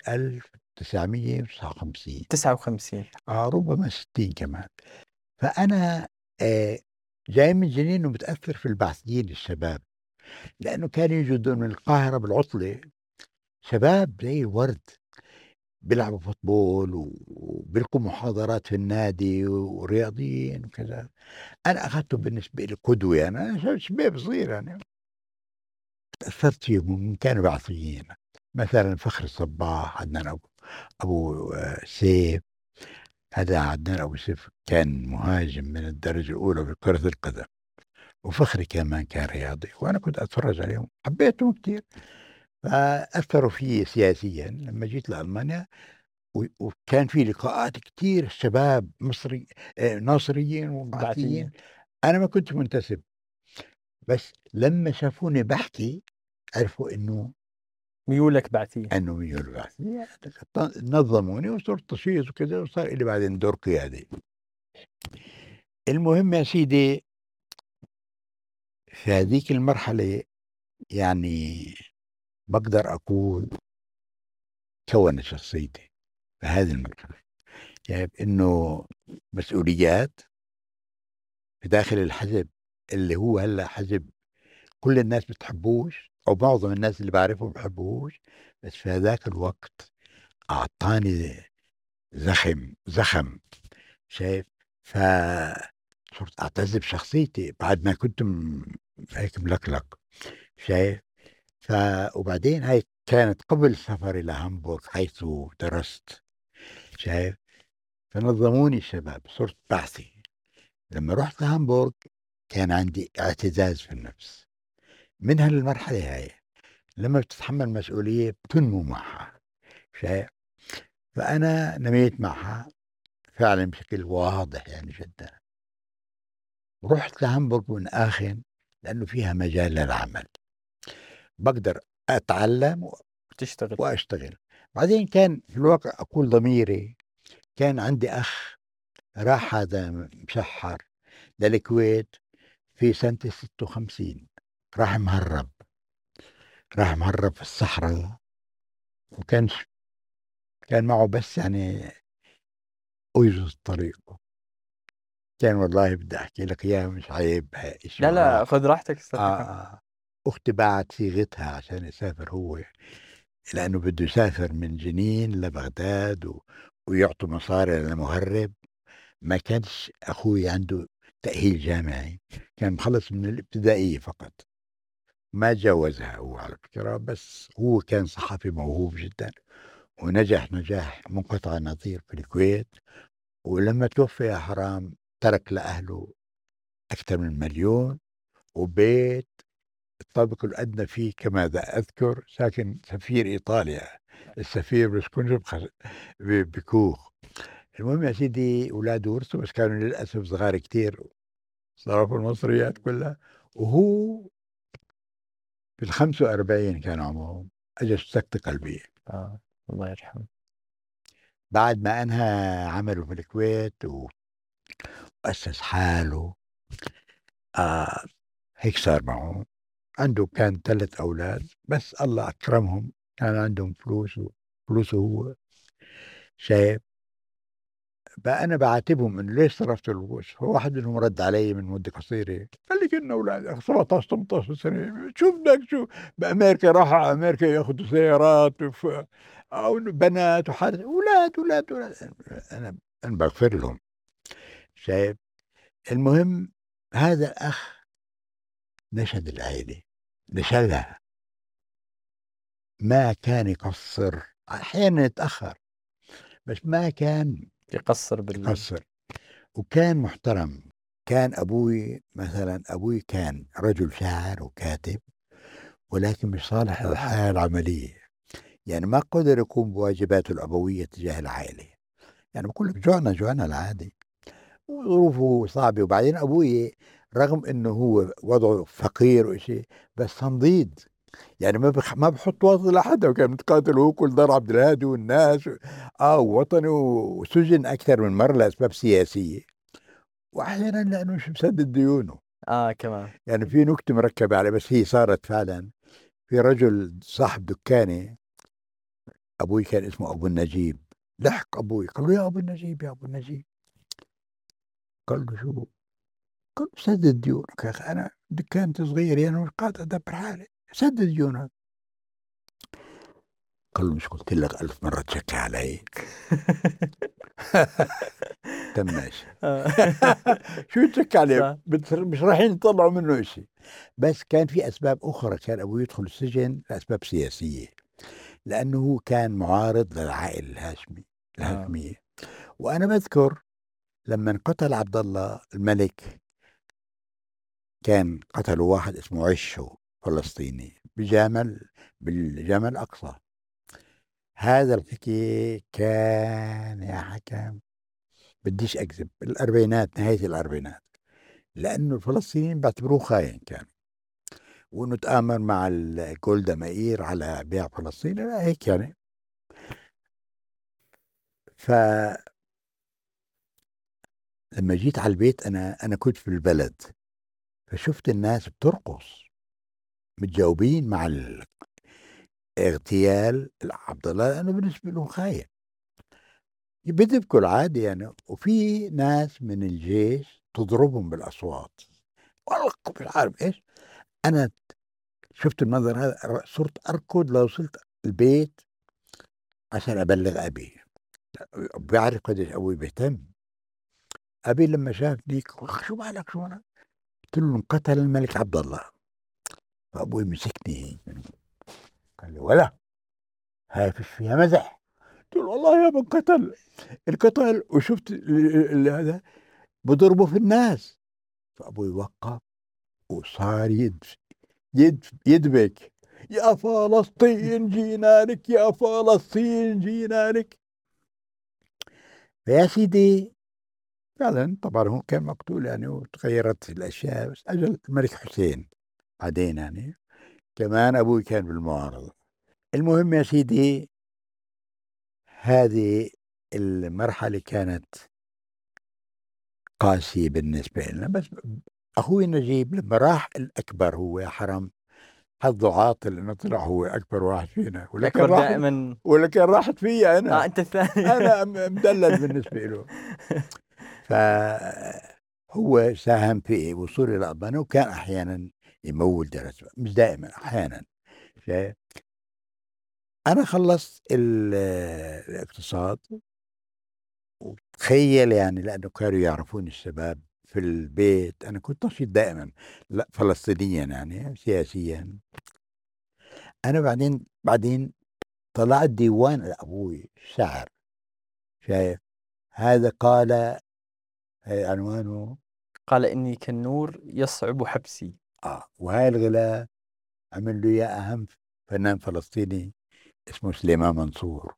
1959. 59. ربما 60 كمان. فأنا آه جاي من جنين ومتأثر في البعثيين الشباب، لأنه كانوا يجوا من القاهرة بالعطلة شباب زي الورد، بيلعبوا فوتبول وبيلقوا محاضرات في النادي ورياضيين وكذا. أنا أخذته بالنسبة لي قدوة يعني. أنا شباب صغير يعني، تأثرت فيهم، كانوا بعثيين. مثلا فخر الصباح، عدنان أبو سيف. هذا عدنان أبو سيف كان مهاجم من الدرجة الأولى في كرة القدم، وفخري كمان كان رياضي، وأنا كنت أتفرج عليهم حبيتهم كثير. فأثروا في سياسيا لما جيت لألمانيا. وكان في لقاءات كثير شباب مصري، ناصريين وبعثيين. بعثيين. أنا ما كنت منتسب، بس لما شافوني بحكي عرفوا ميولك بعثية. إنه ميول بعثي. نظموني وصرت تشييظ وكذا، وصار لي بعدين دور قيادي. المهم يا سيدي، في هذيك المرحلة يعني بقدر أقول كونت شخصيتي في هذه المرحلة. يعني إنه مسؤوليات في داخل الحزب، اللي هو هلا حزب كل الناس بتحبوش أو معظم الناس اللي بعرفهم بحبوش، بس في هذاك الوقت أعطاني زخم. شايف؟ صرت أعتز بشخصيتي بعد ما كنت هيك ملكلك، شايف؟ وبعدين هاي كانت قبل سفري لهامبورغ حيث درست، شايف؟ فنظموني الشباب، صرت بحثي. لما رحت لهامبورغ كان عندي اعتزاز في النفس من هالمرحلة هاي. لما بتتحمل مسؤولية بتنمو معها، شايف؟ فأنا نميت معها فعلا بشكل واضح يعني جدا. رحت لهامبورغ من آخر لأنه فيها مجال للعمل، بقدر أتعلم وتشتغل. وأشتغل. بعدين كان في الواقع أقول ضميري، كان عندي أخ راح هذا مشحر للكويت في سنة 56، راح مهرب، راح مهرب في الصحراء، كان معه بس يعني أوجز الطريق. كان والله بدي أحكي لك إياها مش عيب، إشي لا لا، مرة. خذ راحتك أستاذ حكم. أختي باعت صيغتها عشان يسافر هو، لأنه بده يسافر من جنين لبغداد ويعطوا مصاري للمهرب. ما كانش أخوي عنده تأهيل جامعي، كان مخلص من الابتدائية فقط، ما جوزها هو على فكرة. بس هو كان صحفي موهوب جدا ونجح نجاح منقطع النظير في الكويت. ولما توفي يا حرام ترك لأهله أكثر من مليون وبيت الطابق الأدنى فيه كما ذا أذكر ساكن سفير إيطاليا، السفير بيسكنش بكوخ. المهم يا سيدي أولاده ورثوا بس كانوا للأسف صغار كتير، صرفوا المصريات كلها. وهو في 45 كان عمره، أجت سكتة قلبية. آه. الله يرحمه. بعد ما أنهى عمله في الكويت وأسس حاله، آه هيك صار معه. عنده كان 3 أولاد بس الله أكرمهم، كان عندهم فلوس، فلوسه هو، شايف؟ بقى أنا بعاتبهم إنه ليش صرفت الفلوس. هو واحد منهم رد علي من مدة قصيرة قال لي كنا أولاد 17 18 سنة، شو بدك شو؟ بأمريكا راحوا على أمريكا ياخذوا سيارات أو بنات وحارس، أولاد أولاد أولاد. أنا أنا بغفر لهم، شايف؟ المهم هذا الأخ نشد العائلة، نشلها، ما كان يقصر، أحيانا يتأخر بس ما كان يقصر يقصر. وكان محترم. كان أبوي مثلا، أبوي كان رجل شاعر وكاتب ولكن مش صالح للحياة العملية، يعني ما قدر يقوم بواجباته الأبوية تجاه العائلة. يعني بقول لك جوعنا العادي وظروفه صعبة. وبعدين أبوي رغم إنه هو وضعه فقير وإشي بس تنضيد، يعني ما بحط وطن لحدا، وكان متقاتل هو كل دار عبد الهادي والناس وطني، وسجن أكثر من مرة لأسباب سياسية، وأحيانا لأنه مش مسدد ديونه. كمان. يعني في نكتة مركبة عليه بس هي صارت فعلا. في رجل صاحب دكانة، أبوي كان اسمه أبو النجيب، لحق أبوي قال له يا أبو النجيب يا أبو النجيب، قال له شو؟ قال له سدد ديونك يا أخي، أنا دكانتي صغيرة يعني مش قادر أدبر حالي، سدد ديونك. قال له مش قلت لك 1000 مرة تشكي علي؟ تم ماشي. آه. شو تشكي عليه؟ صح. مش رايحين يطلعوا منه شيء. بس كان في أسباب أخرى، كان أبوي يدخل السجن لأسباب سياسية، لأنه هو كان معارض للعائلة آه. الهاشمية. وأنا بذكر لما انقتل عبد الله الملك، كان قتلوا واحد اسمه عشو فلسطيني بالجامع الأقصى. هذا الحكي كان يا حكم بديش أكذب الأربعينات، نهاية الأربعينات، لأنه الفلسطينيين بعتبروه خاين كان، وإنه تآمر مع جولدا مائير على بيع فلسطين، لا هيك يعني. فلما جيت على البيت، أنا كنت في البلد، فشفت الناس بترقص متجاوبين مع اغتيال عبد الله، لانه بالنسبه له خاين، بيدبكوا العادي يعني. وفي ناس من الجيش تضربهم بالاصوات، والله مش عارف ايش. انا شفت المنظر هذا، صرت اركض لو وصلت البيت عشان ابلغ ابي، بيعرف قديش ابوي بيهتم. أبي لما شافني شو مالك شو مالك؟ قلت له انقتل الملك عبد الله. فأبوي مسكني، قال لي ولا هاي فيش فيها مزح. قلت له والله يا ابا انقتل وشفت هذا بضربه في الناس. فأبوي وقف وصار يدبك: يا فلسطين جينا لك، يا فلسطين جينا لك. فيا سيدي فعلا طبعا هو كان مقتول يعني، وتغيرت الأشياء، بس أجل الملك حسين بعدين يعني كمان أبوي كان بالمعارضة. المهم يا سيدي، هذه المرحلة كانت قاسية بالنسبة لنا. بس أخوي نجيب لما راح الأكبر هو حرم، حظه عاطل إنه طلع هو أكبر واحد فينا، اكبر دائما. ولكن راحت فيا أنا. انت الثاني. أنا مدلل بالنسبة له. فهو ساهم في وصول إلى ألبانيا، وكان أحيانا يمول درس، مش دائما، أحيانا. شايف؟ أنا خلصت الاقتصاد، وتخيل يعني، لأنه كانوا يعرفون الشباب في البيت، أنا كنت نشيط دائما، لا فلسطينيا يعني سياسيا. أنا بعدين طلعت ديوان لأبوي شعر. شايف؟ هذا قال، هي عنوانه. قال إني كالنور يصعب حبسي. وهاي الغلاف عمل له إياه أهم فنان فلسطيني اسمه سليمان منصور.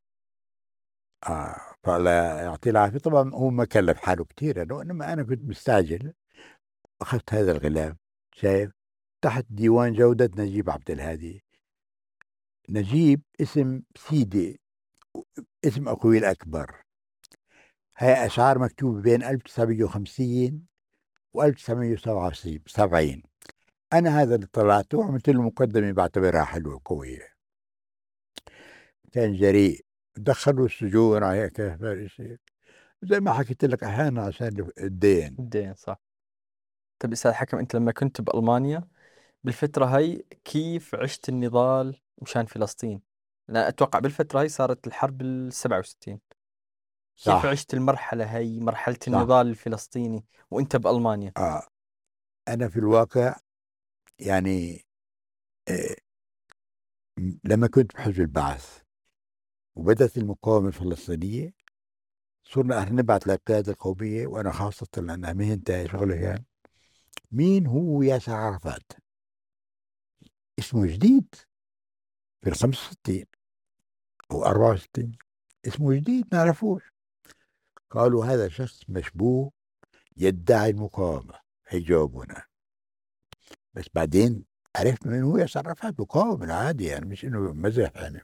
فالله يعطيه العافية. طبعا هو ما كلف حاله كثير يعني، إنما أنا كنت مستعجل. أخذت هذا الغلاف، شايف، تحت ديوان جودة نجيب عبد الهادي. نجيب اسم سيدي، اسم أخوي الأكبر. هاي أشعار مكتوبة بين 1950 و 1977. أنا هذا اللي طلعته وعملت له مقدمة بعتبرها حلوة قوية. كان جريء، دخلوا السجون على هيك فارسي، زي ما حكيت لك أحيانا عشان الدين. الدين صح. طب أستاذ حكم، أنت لما كنت بألمانيا بالفترة هاي كيف عشت النضال مشان فلسطين؟ لا أتوقع بالفترة هاي صارت الحرب 67. كيف صح. عشت المرحلة هاي، مرحلة صح. النضال الفلسطيني وأنت بألمانيا؟ آه أنا في الواقع يعني، آه لما كنت بحزب البعث وبدأت المقاومة الفلسطينية، صرنا احنا نبعث للقيادة القومية، وأنا خاصة لأنها مهنتي شغلي كان: مين هو ياسر عرفات؟ اسمه جديد في ال 65 أو 64، اسمه جديد نعرفوش. قالوا هذا شخص مشبوه يدعي المقاومة، هيجاوبونا. بس بعدين عرفت من هو ياسر عرفات، مقاوم العادي يعني، مش انه مزح يعني.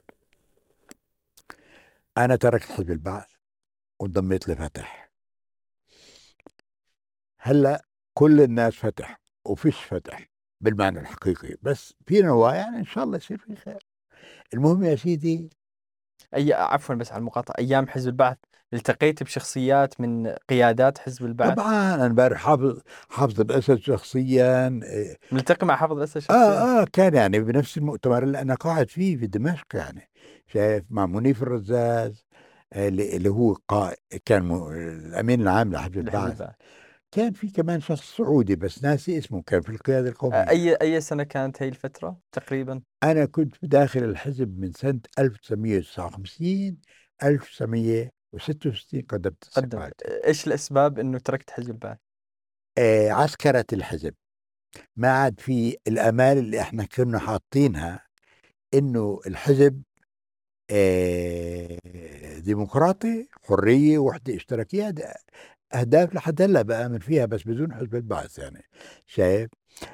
انا تركت حزب البعث وانضميت لفتح. هلا كل الناس فتح، وفيش فتح بالمعنى الحقيقي، بس في نوايا يعني ان شاء الله يصير في خير. المهم يا سيدي، عفوا بس على المقاطعة، أيام حزب البعث التقيت بشخصيات من قيادات حزب البعث؟ طبعا انا امبارح حافظ الاسد شخصيا. ملتقي مع حافظ الأسد شخصيا؟ كان يعني بنفس المؤتمر اللي انا قاعد فيه في دمشق يعني. شايف؟ مع منيف الرزاز، اللي هو كان الامين العام لحزب لحزب البعث. البعث. كان في كمان شخص سعودي بس ناسي اسمه، كان في القيادة القومية. أي سنة كانت هي الفترة تقريبا؟ أنا كنت داخل الحزب من سنة 1959، 1966 قدمت قدمت. استقالتي. إيش الأسباب إنه تركت حزب البعث؟ عسكرة الحزب، ما عاد في الآمال اللي احنا كنا حاطينها إنه الحزب ديمقراطي، حرية، وحدة اشتراكية. هذه أهداف لحد هلا بآمن فيها، بس بدون حزب البعث يعني. شايف؟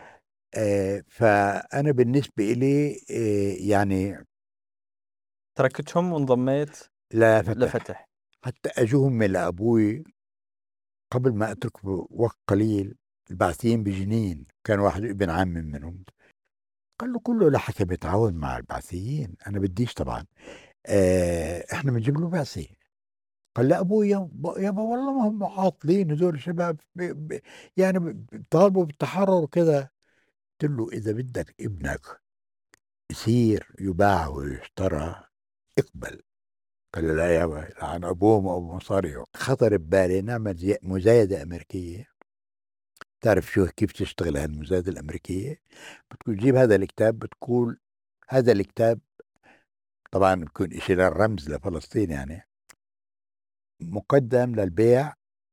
فأنا بالنسبة إلي يعني تركتهم وانضميت لا فتح. لفتح. حتى أجوهم من أبوي قبل ما أترك بوقت قليل، البعثيين بجنين، كان واحد ابن عم منهم. قال له كله لحكي بيتعاون مع البعثيين، أنا بديش طبعا. إحنا بنجيب له بعثي. قال لا أبوي يابا والله ما هم عاطلين هذول الشباب، يعني بيطالبوا بالتحرر وكذا. قلت له إذا بدك ابنك يصير يباع ويشترى، اقبل. قال له لا يا أبا، لعن أبوهم وأبو مصاريهم. خطر ببالي نعمل مزايدة أمريكية. تعرف شو كيف تشتغل هالمزايدة الأمريكية؟ بتقول جيب هذا الكتاب، بتقول هذا الكتاب طبعا بيكون إشي للرمز لفلسطين، يعني مقدم للبيع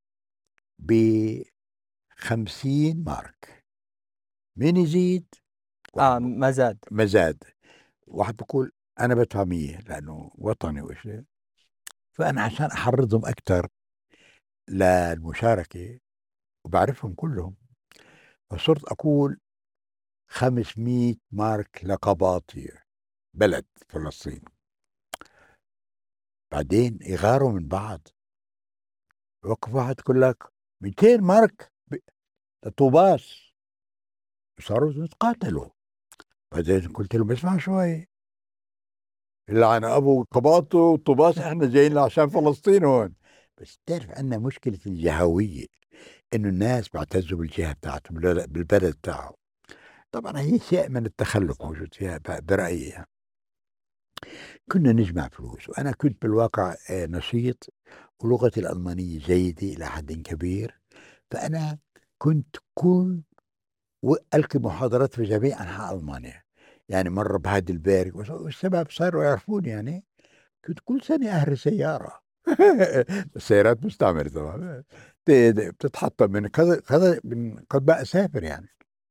ب50 مارك. مين يزيد؟ واحد ما زاد. مزاد. واحد بقول أنا بدفع 100 لأنه وطني وإشي. فأنا عشان أحرضهم أكثر للمشاركة، وبعرفهم كلهم، فصرت أقول 500 مارك لقباطي بلد فلسطين. بعدين يغاروا من بعض، وقف واحد يقول لك 200 مارك لطوباس، صاروا يتقاتلوا. بعدين قلت له بسمع شوي، اللي أنا أبو قباطه وطوباس إحنا جايين عشان فلسطين هون. بس تعرف عندنا مشكلة الجهوية، إنه الناس بيعتزوا بالجهة بتاعتهم بالبلد بتاعهم. طبعا هي شيء من التخلف موجود فيها برأيي يعني. كنا نجمع فلوس، وأنا كنت بالواقع نشيط، ولغتي الألمانية جيدة إلى حد كبير. فأنا كنت ألقي محاضرات في جميع أنحاء ألمانيا. يعني مرة بهايدلبرغ، والشباب صاروا يعرفوني يعني. كنت كل سنة أهري سيارة. السيارات مستعملة طبعا، بتتحطم من كذا كذا، من قد بقى أسافر يعني.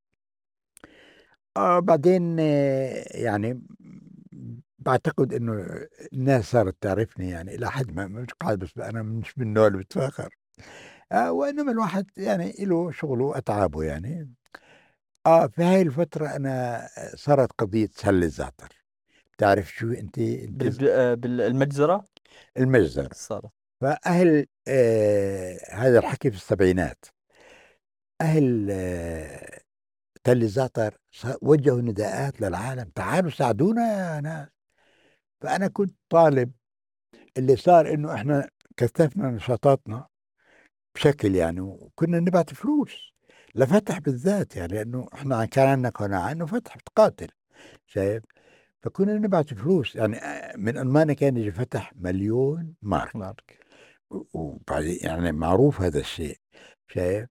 بعدين يعني بعتقد انه الناس صارت تعرفني يعني الى حد ما، مش قاعد، بس انا مش من النوع اللي بتفاخر. وانما الواحد يعني له شغله واتعابه يعني. في هاي الفترة انا صارت قضية سل الزعتر. تعرف شو انت بالمجزرة المجزر. صار. فاهل هذا الحكي في السبعينات. اهل تل الزعتر وجهوا نداءات للعالم، تعالوا ساعدونا يا ناس. فأنا كنت طالب. اللي صار إنه إحنا كثفنا نشاطاتنا بشكل يعني، وكنا نبعت فلوس لفتح بالذات، يعني لأنه إحنا كان عندنا قناعة إنه فتح بتقاتل، شايف. فكنا نبعت فلوس يعني. من ألمانيا كان يجي فتح 1,000,000 مارك. مارك. وبعدين يعني معروف هذا الشيء، شايف.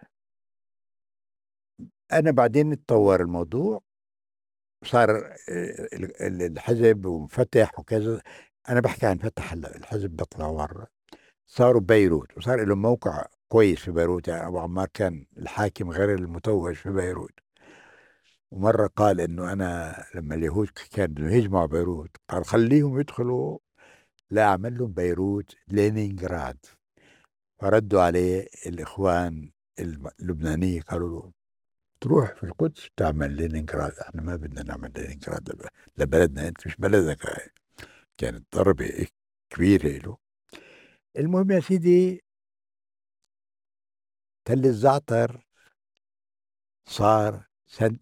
أنا بعدين اتطور الموضوع، صار الحزب وفتح وكذا. أنا بحكي عن فتح هلا، الحزب بيطلع برا. صاروا ببيروت، وصار لهم موقع كويس في بيروت. يعني أبو عمار كان الحاكم غير المتوج في بيروت. ومرة قال إنه أنا لما اليهود كانوا يهجموا على بيروت، قال خليهم يدخلوا، لا أعمل لهم بيروت لينينغراد. فردوا عليه الإخوان اللبنانية، قالوا له تروح في القدس تعمل لينينغراد، احنا ما بدنا نعمل لينينغراد لبلدنا، انت مش بلدك هاي. كانت ضربة كبيرة له. المهم يا سيدي، تل الزعتر صار سنة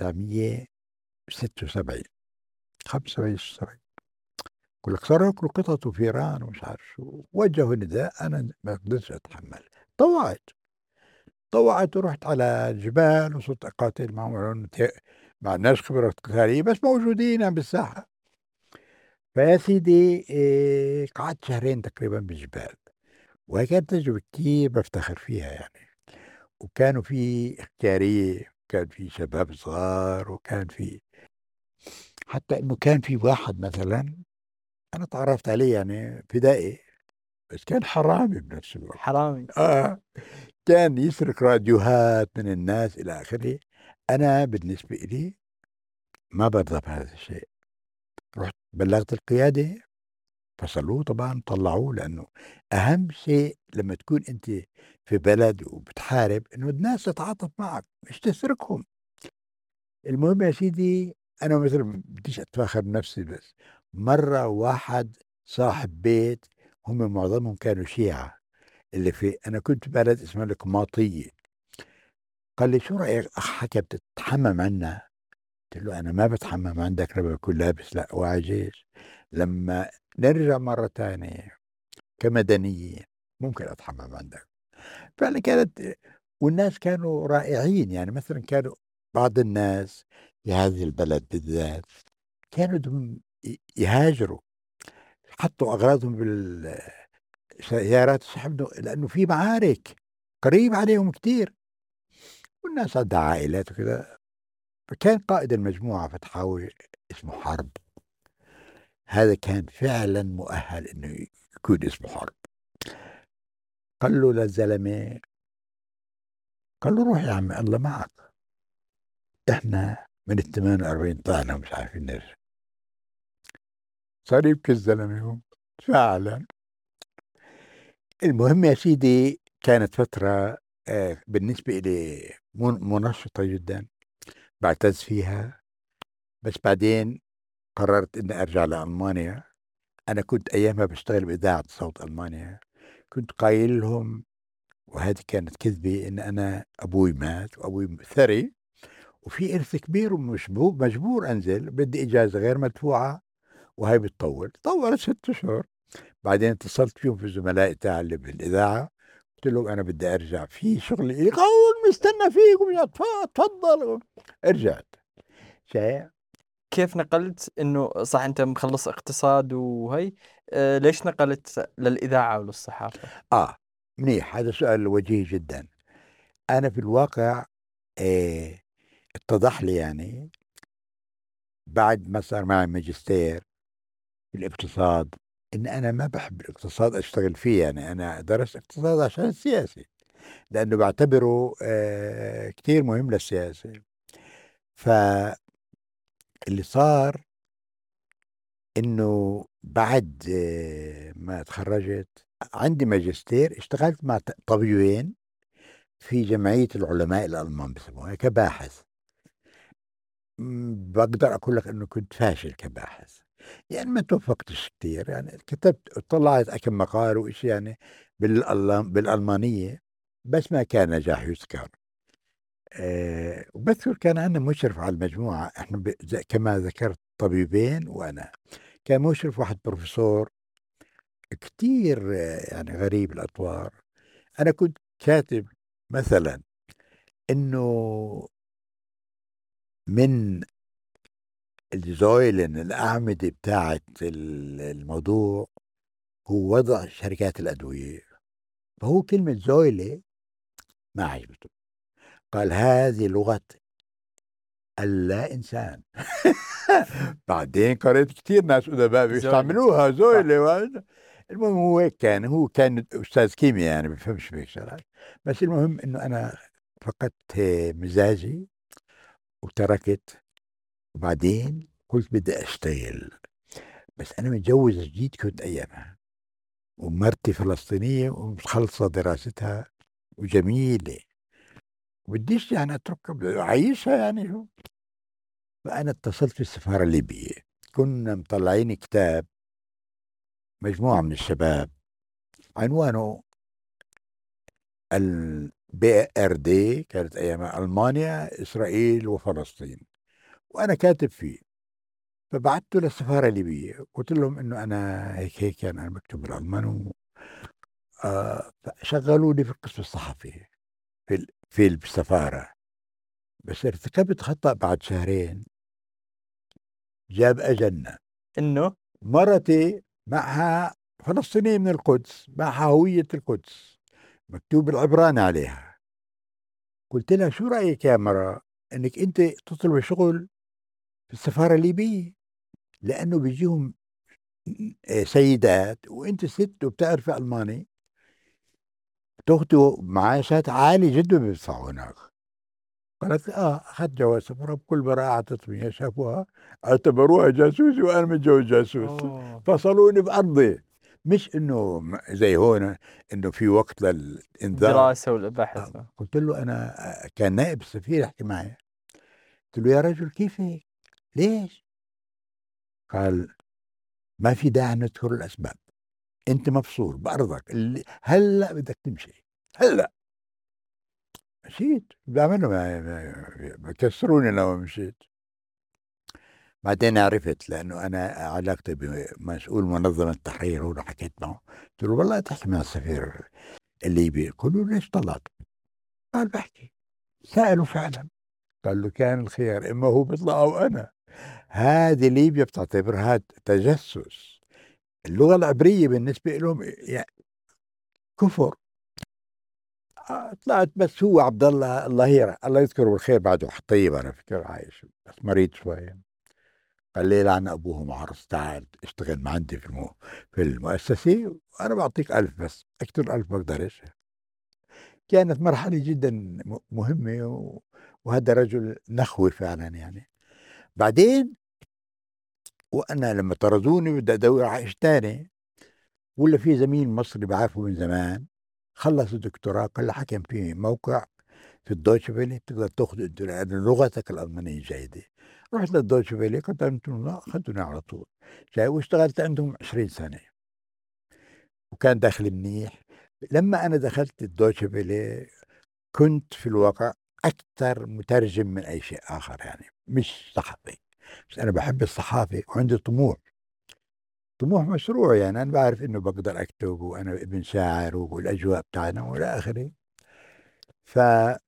1976، 75 76. يقول لك صاروا ياكلوا قطط وفيران ومش عارف شو. وجهوا نداء، انا ما قدرتش اتحمل. طوعت طوعت ورحت على الجبال، وصرت اقاتل معهم مع ناس خبرة قتالية بس موجودين بالساحة. فيا سيدي قعدت شهرين تقريبا بالجبال. وهي كانت تجربة كتير بفتخر فيها يعني. وكانوا في اختيارية، وكان في شباب صغار، وكان في حتى انه كان في واحد مثلا انا تعرفت عليه يعني فدائي، بس كان حرامي بنفس الوقت. حرامي. اه كان يسرق راديوهات من الناس الى اخره. انا بالنسبة لي ما برضى بهذا الشيء. رحت بلغت القيادة، فصلوه طبعا، طلعوه. لانه اهم شيء لما تكون انت في بلد وبتحارب، انه الناس تتعاطف معك مش تسرقهم. المهم يا سيدي، انا مثلا بديش اتفاخر بنفسي، بس مره واحد صاحب بيت، هم معظمهم كانوا شيعة، اللي في انا كنت بلد اسمها القماطية. قال لي شو رايك اخ حكى بتتحمم عنا؟ قلت له انا ما بتحمم عندك لما بكون لابس لا واعي جيش. لما نرجع مرة تانية كمدنيين ممكن أتحمم عندك. فعلا كانت. والناس كانوا رائعين، يعني مثلا كانوا بعض الناس في هذه البلد بالذات كانوا يهاجروا حطوا أغراضهم بالسيارات وسحبوا، لأنه في معارك قريب عليهم كتير، والناس عندها عائلات وكذا. فكان قائد المجموعة فتحاوي اسمه حرب. هذا كان فعلا مؤهل انه يكون اسمه حرب. قال له للزلمة، قال له روح يا عمي الله معك، احنا من ال 48 طلعنا ومش عارفين نرجع. صار يبكي الزلمة يوم فعلا. المهم يا سيدي كانت فترة بالنسبة لي منشطة جدا، بعتز فيها. بس بعدين قررت اني ارجع لألمانيا. انا كنت ايامها بشتغل بإذاعة صوت ألمانيا. كنت قايل لهم، وهذه كانت كذبة، ان انا ابوي مات وابوي ثري وفي إرث كبير ومش مجبور أنزل، بدي إجازة غير مدفوعة، وهي بتطول. طولت 6 أشهر. بعدين اتصلت فيهم في زملائي تاع اللي بالإذاعة، قلت لهم أنا بدي أرجع في شغل إلي، قول مستنى فيكم يا تفضل. رجعت. شايف؟ كيف نقلت انه صح انت مخلص اقتصاد وهي، ليش نقلت للإذاعة وللصحافة؟ منيح، هذا سؤال وجيه جدا. أنا في الواقع آه اتضح لي يعني بعد ما صار معي ماجستير في الاقتصاد ان انا ما بحب الاقتصاد اشتغل فيه. يعني انا درست اقتصاد عشان السياسي، لانه بعتبره كتير مهم للسياسة. فاللي صار انه بعد ما تخرجت عندي ماجستير، اشتغلت مع طبيبين في جمعية العلماء الألمان بسموها كباحث. بقدر أقول لك أنه كنت فاشل كباحث، يعني ما توفقتش كتير. يعني كتبت طلعت كم مقال وإشي يعني بالألمانية، بس ما كان نجاح يذكر. وبذكر كان عندنا مشرف على المجموعة، احنا كما ذكرت طبيبين وأنا. كان مشرف واحد بروفيسور كتير يعني غريب الأطوار. أنا كنت كاتب مثلا إنه من الزويلن الأعمدة بتاعت الموضوع هو وضع شركات الأدوية. فهو كلمة زويلة ما عجبته، قال هذه لغة اللا إنسان. بعدين قريت كثير ناس أدباء زولي. بيستعملوها صح. زويلة المهم هو هيك كان، هو كان أستاذ كيمياء يعني بفهمش بهيك شغلات. بس المهم إنه أنا فقدت مزاجي وتركت. وبعدين قلت بدي أشتغل. بس أنا متجوز جديد كنت أيامها، ومرتي فلسطينية ومخلصة دراستها وجميلة، وبديش يعني أتركها، بدي أعيشها يعني شو. فأنا اتصلت بالسفارة الليبية. كنا مطلعين كتاب مجموعة من الشباب عنوانه البي ار دي، كانت أيامها ألمانيا إسرائيل وفلسطين، وأنا كاتب فيه. فبعثته للسفارة الليبية، قلت لهم إنه أنا هيك هيك يعني أنا بكتب بالألمان. فشغلوني في القسم الصحفي في السفارة. بس ارتكبت خطأ بعد شهرين جاب أجلنا. انه مرتي معها فلسطينية من القدس، معها هوية القدس مكتوب العبراني عليها. قلت لها شو رأيك يا مرة انك انت تطلب شغل في السفارة الليبية، لانه بيجيهم سيدات وانت ست وبتعرفي الماني، تاخذوا معاشات عالية جدا بيدفعوا هناك. قالت اخذت جواز سفر بكل براءة، اعطتني شافوها اعتبروها جاسوسي وانا متجوز جاسوس. اوه فصلوني بارضي. مش انه زي هون انه في وقت للانذار. الدراسة والبحث. قلت له انا كان نائب السفير يحكي معي. قلت له يا رجل كيف هيك؟ ليش؟ قال ما في داعي نذكر الاسباب، انت مفصول بارضك هلا بدك تمشي هلا. مشيت بعملوا بكسروني لو مشيت. بعدين عرفت لانه انا علاقتي بمسؤول منظمه التحرير، هو حكيت معه. قلت له والله تحكي مع السفير الليبي. قالوا له ليش طلعت؟ قال بحكي. سألوا فعلا، قال له كان الخيار اما هو بيطلع او انا. هذه ليبيا بتعتبرها تجسس. اللغة العبرية بالنسبة لهم يعني كفر. طلعت بس هو عبد الله، الله يذكره بالخير، بعده طيب أنا فكر عايش بس مريض شوية. قال لي لعن أبوه معرس، تعال اشتغل ما عندي في المؤسسة، وأنا بعطيك 1000 بس، أكثر 1000 بقدرش. كانت مرحلة جدا مهمة، وهذا رجل نخوة فعلا يعني. بعدين وأنا لما طردوني بدي أدور على شيء تاني، ولا في زميل مصري بعرفه من زمان خلص الدكتوراه، قال له حكم في موقع في الدويتشه فيلي بتقدر تاخذ انت لأن لغتك الألمانية جيدة. رحت للدويتشه فيلي قدمت، أخذوني على طول جاي، واشتغلت عندهم 20 سنة، وكان دخل منيح. لما أنا دخلت الدويتشه فيلي كنت في الواقع أكثر مترجم من أي شيء آخر، يعني مش صحفي. بس أنا بحب الصحافة وعندي طموح مشروع، يعني أنا بعرف إنه بقدر أكتب وأنا ابن شاعر والأجواء بتاعنا وإلى آخره. فقررت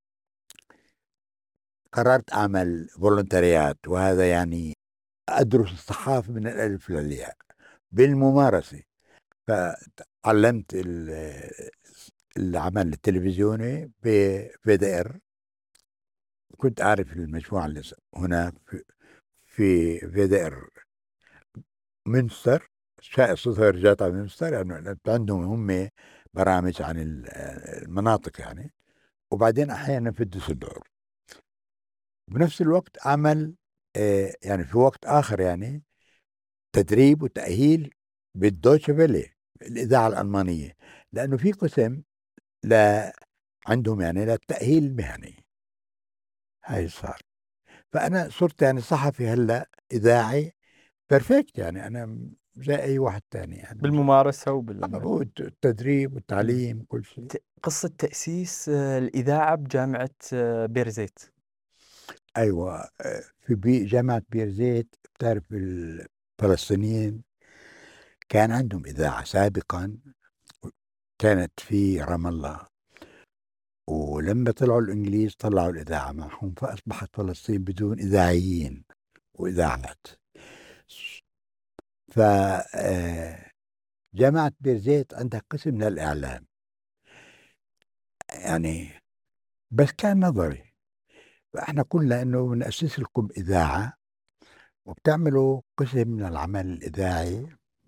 أعمل فولنتريات، وهذا يعني أدرس الصحافة من الألف للياء بالممارسة. فتعلمت العمل التلفزيوني بفيدر. كنت أعرف المجموعة اللي هنا في فيدر منستر، صدفة رجعت على منستر، يعني عندهم هم برامج عن المناطق يعني. وبعدين أحيانا في الدوسلدورف. بنفس الوقت أعمل يعني في وقت آخر يعني تدريب وتأهيل بالدوتشه فيلي، الإذاعة الألمانية، لأنه في قسم لا عندهم يعني للتأهيل المهني. هاي صار. فأنا صرت يعني صحفي هلا إذاعي بيرفكت، يعني أنا زي أي واحد تاني يعني. بالممارسة هو التدريب والتعليم كل شيء. قصة تأسيس الإذاعة بجامعة بيرزيت. أيوة، في جامعة بيرزيت، بتعرف الفلسطينيين كان عندهم إذاعة سابقا، كانت في رام الله، ولما طلعوا الإنجليز طلعوا الإذاعة معهم، فأصبحت فلسطين بدون إذاعيين وإذاعات. فجامعة بيرزيت عندها قسم للإعلام يعني، بس كان نظري. فإحنا قلنا إنه بنأسس لكم إذاعة وبتعملوا قسم من العمل الإذاعي.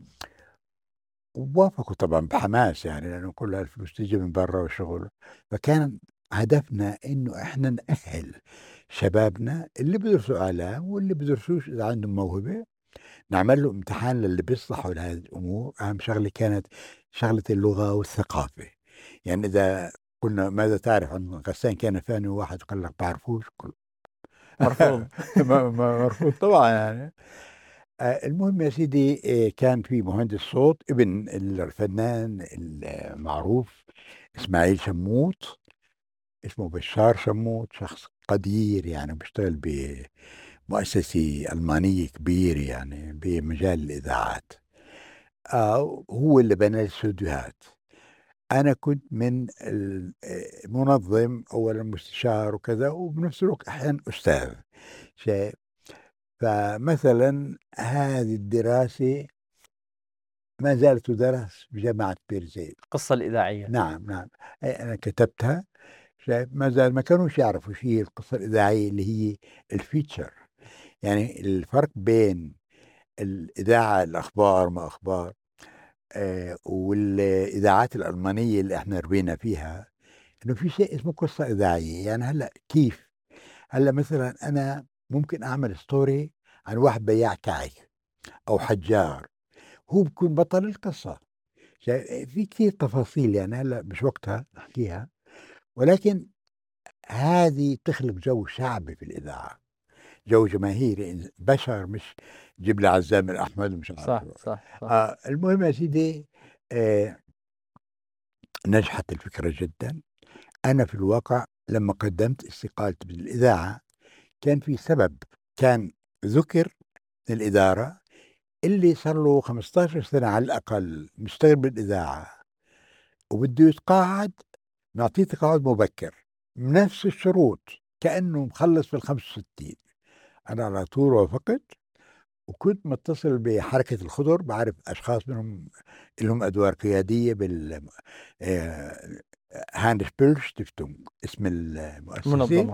ووافقوا طبعا بحماس، يعني لأنه كل الفلوس تيجي من برا وشغل. فكان هدفنا إنه إحنا نأهل شبابنا اللي بيدرسوا إعلام واللي بيدرسوش، إذا عندهم موهبة نعمل له امتحان للي بيصلحوا لهذه الأمور. أهم شغلة كانت شغلة اللغة والثقافة. يعني إذا قلنا ماذا تعرف عن غسان كان فاني، واحد قال لك بعرفوش مرفوض. مرفوض طبعا يعني. المهم يا سيدي، كان في مهندس صوت ابن الفنان المعروف اسماعيل شموت، اسمه بشار شموت، شخص قدير يعني، بيشتغل بمؤسسة ألمانية كبيرة يعني بمجال الإذاعات. هو اللي بنى الاستوديوهات. أنا كنت من المنظم، أولا مستشار وكذا، وبنفس الوقت أحيانا أستاذ شيء. فمثلا هذه الدراسة ما زالت تدرس بجامعة بيرزيت. القصة الإذاعية. نعم نعم. أنا كتبتها. شايف، ما زال ما كانوش يعرفوا شيء القصة الإذاعية اللي هي الفيتشر، يعني الفرق بين الإذاعة الأخبار ما أخبار والإذاعات الألمانية اللي احنا ربينا فيها، إنه في شيء اسمه قصة إذاعية. يعني هلا كيف، هلا مثلا أنا ممكن أعمل ستوري عن واحد بياع كعك أو حجار، هو بكون بطل القصة. في كثير تفاصيل، يعني هلا مش وقتها نحكيها، ولكن هذه تخلق جو شعبي في الإذاعة، جو جماهيري، بشر مش جيب لي عزام الأحمد ومش عارف صح شو. صح صح. المهم يا سيدي، آه نجحت الفكرة جدا. أنا في الواقع لما قدمت استقالتي من الإذاعة كان في سبب، كان ذكر الإدارة اللي صار له 15 سنة على الأقل مشتغل بالإذاعة وبده يتقاعد، نعطيه تقاعد مبكر نفس الشروط كأنه مخلص في 65. أنا على طول وافقت، وكنت متصل بحركة الخضر، بعرف أشخاص منهم لهم أدوار قيادية بال هاندس بيرش تفتم اسم المؤسسة. منظمة.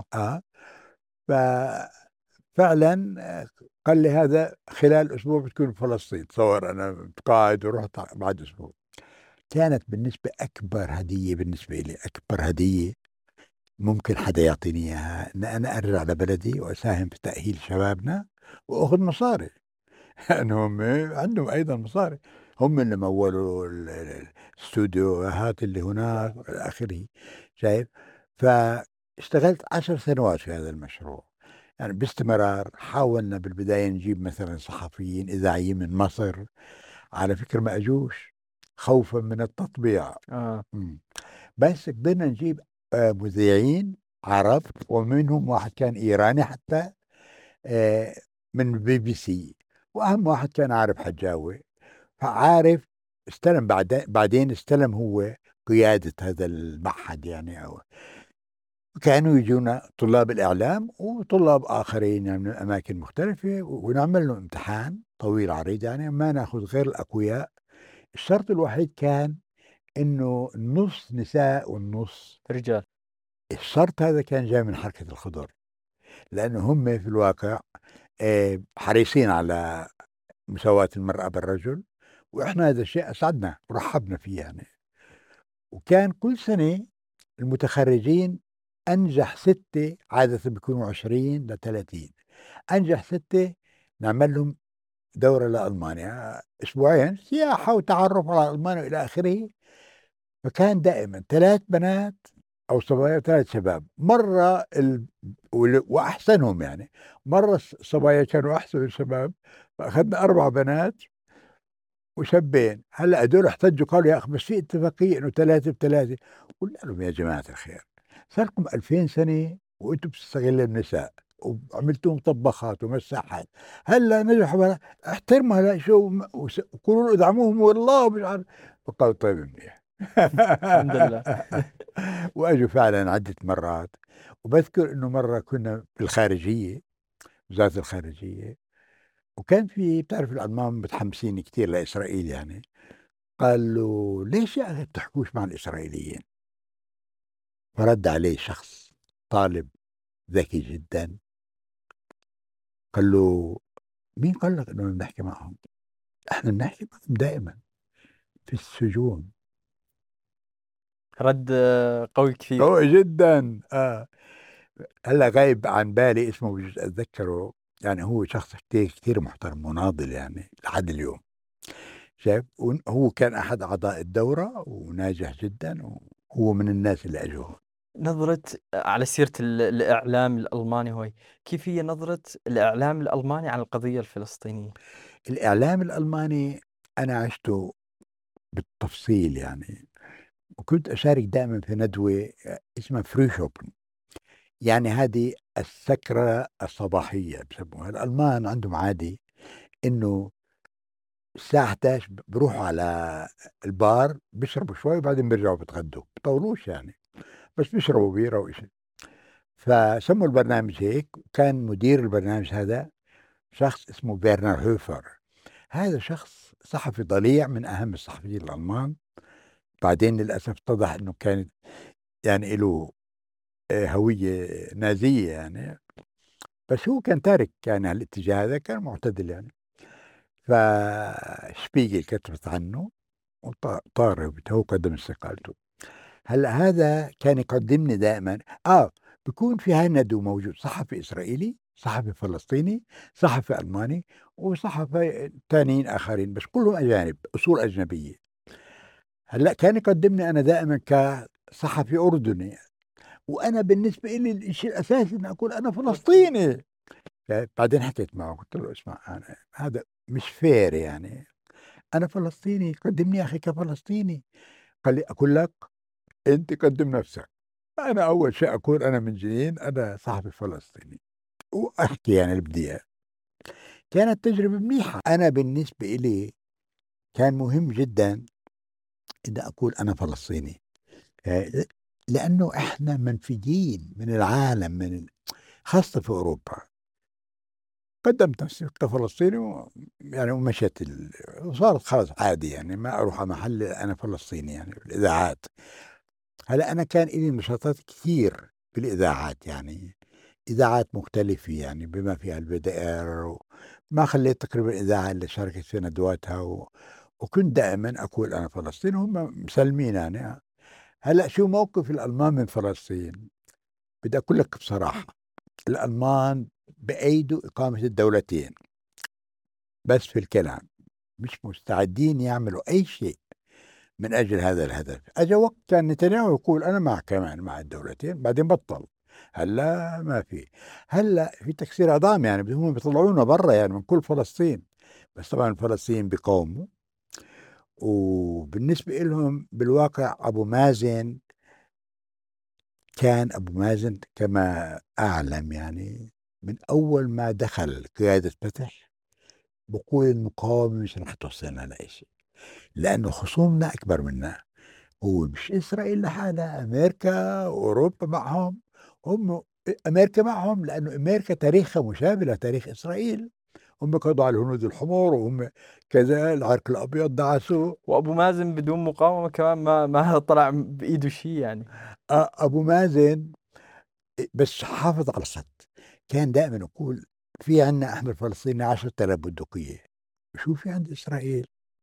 ففعلا قال لي هذا خلال أسبوع بتكون في فلسطين. تصور أنا قاعد ورحت بعد أسبوع. كانت بالنسبة أكبر هدية بالنسبة لي، أكبر هدية ممكن حدا يعطيني إياها، إن أنا أرجع لبلدي وأساهم في تأهيل شبابنا وأخذ مصاري. لأنهم عندهم أيضا مصاري، هم اللي مولوا الاستوديوهات اللي هناك إلى آخره. شايف؟ فاشتغلت 10 سنوات في هذا المشروع، يعني باستمرار. حاولنا بالبداية نجيب مثلا صحفيين إذاعيين من مصر، على فكرة ما أجوش خوفا من التطبيع. آه. مم. بس قدرنا نجيب مذيعين عرب، ومنهم واحد كان إيراني حتى، آه، من BBC. وأهم واحد كان عارف حجاوي، فعارف استلم بعدين استلم هو قيادة هذا المعهد يعني. أو كانوا يجونا طلاب الإعلام وطلاب آخرين يعني من أماكن مختلفة، ونعمل له امتحان طويل عريض، يعني ما ناخذ غير الأقوياء. الشرط الوحيد كان إنه النص نساء والنص. رجال. الشرط هذا كان جاي من حركة الخضر، لأنه هم في الواقع حريصين على مساواة المرأة بالرجل، وإحنا هذا الشيء أسعدنا ورحبنا فيه يعني. وكان كل سنة المتخرجين أنجح 6، عادة بيكونوا 20 ل 30، أنجح 6 نعمل لهم دورة لألمانيا، أسبوعين سياحة وتعرف على ألمانيا إلى آخره. فكان دائما 3 بنات أو صبايا و3 شباب. مرة وأحسنهم يعني، مرة الصبايا كانوا أحسن من الشباب، فأخذنا 4 بنات وشابين. هلا هدول احتجوا قالوا يا اخي بس في اتفاقيه انه 3 ب3. قلنا لهم يا جماعه الخير، صار لكم 2000 سنه وانتم بتستغلوا النساء وعملتوهم طباخات ومساحات. هلا نجحوا احترموا هلا شو وقولوا له ادعموهم والله مش عارف. فقالوا طيب منيح. الحمد لله. واجوا فعلا عده مرات. وبذكر انه مره كنا بالخارجيه، وزاره الخارجيه، وكان في بتعرف الالمان متحمسين كثير لاسرائيل يعني. قال له ليش يا أخي بتحكوش مع الإسرائيليين؟ فرد عليه شخص طالب ذكي جدا، قال له مين قال لك إنه بنحكي معهم؟ إحنا بنحكي معهم دائما في السجون. رد قوي كثير. قوي جدا. هلا غايب عن بالي اسمه، بجوز أتذكره. يعني هو شخص كتير كتير محترم وناضل يعني لحد اليوم. شايف؟ هو كان أحد أعضاء الدورة وناجح جدا، وهو من الناس اللي أجوه. نظرة على سيرة الإعلام الألماني هوي، كيف هي نظرة الإعلام الألماني عن القضية الفلسطينية؟ الإعلام الألماني أنا عشته بالتفصيل يعني، وكنت أشارك دائما في ندوة اسمها فري شوبن. يعني هذه السكرة الصباحية بسموها. الألمان عندهم عادة إنه الساعة 11 بروحوا على البار، بيشربوا شوي وبعدين بيرجعوا بيتغدوا، بيطولوش يعني، بس بيشربوا بيرة وإشي. فسموا البرنامج هيك. كان مدير البرنامج هذا شخص اسمه فيرنر هوفر. هذا شخص صحفي ضليع من أهم الصحفيين الألمان. بعدين للأسف اتضح أنه كان يعني له هوية نازية يعني، بس هو كان تارك يعني الاتجاه هذا، كان معتدل يعني. فشبيجل كتبت عنه وطار هو قدم استقالته. هلا هذا كان يقدمني دائما. بيكون في هاي الندوة موجود صحفي إسرائيلي، صحفي فلسطيني، صحفي ألماني، وصحفي تانيين آخرين، بس كلهم أجانب أصول أجنبية. هلا كان يقدمني أنا دائما كصحفي أردني، وانا بالنسبه لي الشيء الاساسي ان اقول انا فلسطيني. بعدين حكيت معه قلت له اسمع، أنا هذا مش فير يعني، انا فلسطيني، قدمني يا اخي كفلسطيني. قال لي اقول لك انت قدم نفسك. انا اول شيء اقول انا من جنين، انا صاحبي فلسطيني، واحكي يعني اللي بدي اياه. كانت تجربه منيحه. انا بالنسبه لي كان مهم جدا ان اقول انا فلسطيني، آه، لانه احنا منفيين من العالم، خاصه في اوروبا. قدمت نفسي كفلسطيني يعني ومشيت وصارت خلاص عادي، يعني ما أروح على محل أنا فلسطيني يعني بالإذاعات. هلا أنا كان لي نشاطات كثير بالإذاعات، يعني إذاعات مختلفة يعني بما فيها البدائر، ما خليت تقريبا إذاعة اللي شاركت في ندواتها وكنت دائما أقول أنا فلسطيني، هم مسلمين يعني. هلا شو موقف الألمان من فلسطين؟ بدي أقول لك بصراحة، الألمان بأيدوا إقامة الدولتين، بس في الكلام، مش مستعدين يعملوا أي شيء من أجل هذا الهدف. أجا وقت كان نتنياهو يقول أنا مع كمان مع الدولتين، بعدين بطل. هلا ما في، هلا في تكسير عظام، يعني هم بيطلعونا برا يعني من كل فلسطين، بس طبعا الفلسطينيين بيقاوموا. وبالنسبة لهم بالواقع أبو مازن، كان أبو مازن كما أعلم يعني من أول ما دخل قيادة فتح بقول المقاومة مش رح توصلنا لأي شيء، لأنه خصومنا أكبر منا. هو مش إسرائيل لحالها، أمريكا وأوروبا معهم. هم أمريكا معهم لأنه أمريكا تاريخها مشابه لتاريخ إسرائيل، هم قضوا على الهنود الحمر، وهم كذا العرق الأبيض دعسوا. وأبو مازن بدون مقاومة كمان ما طلع بإيده شيء يعني. أبو مازن بس حافظ على الخط. كان دائما يقول في عندنا احنا الفلسطيني 10,000 بندقية، شو في عند إسرائيل؟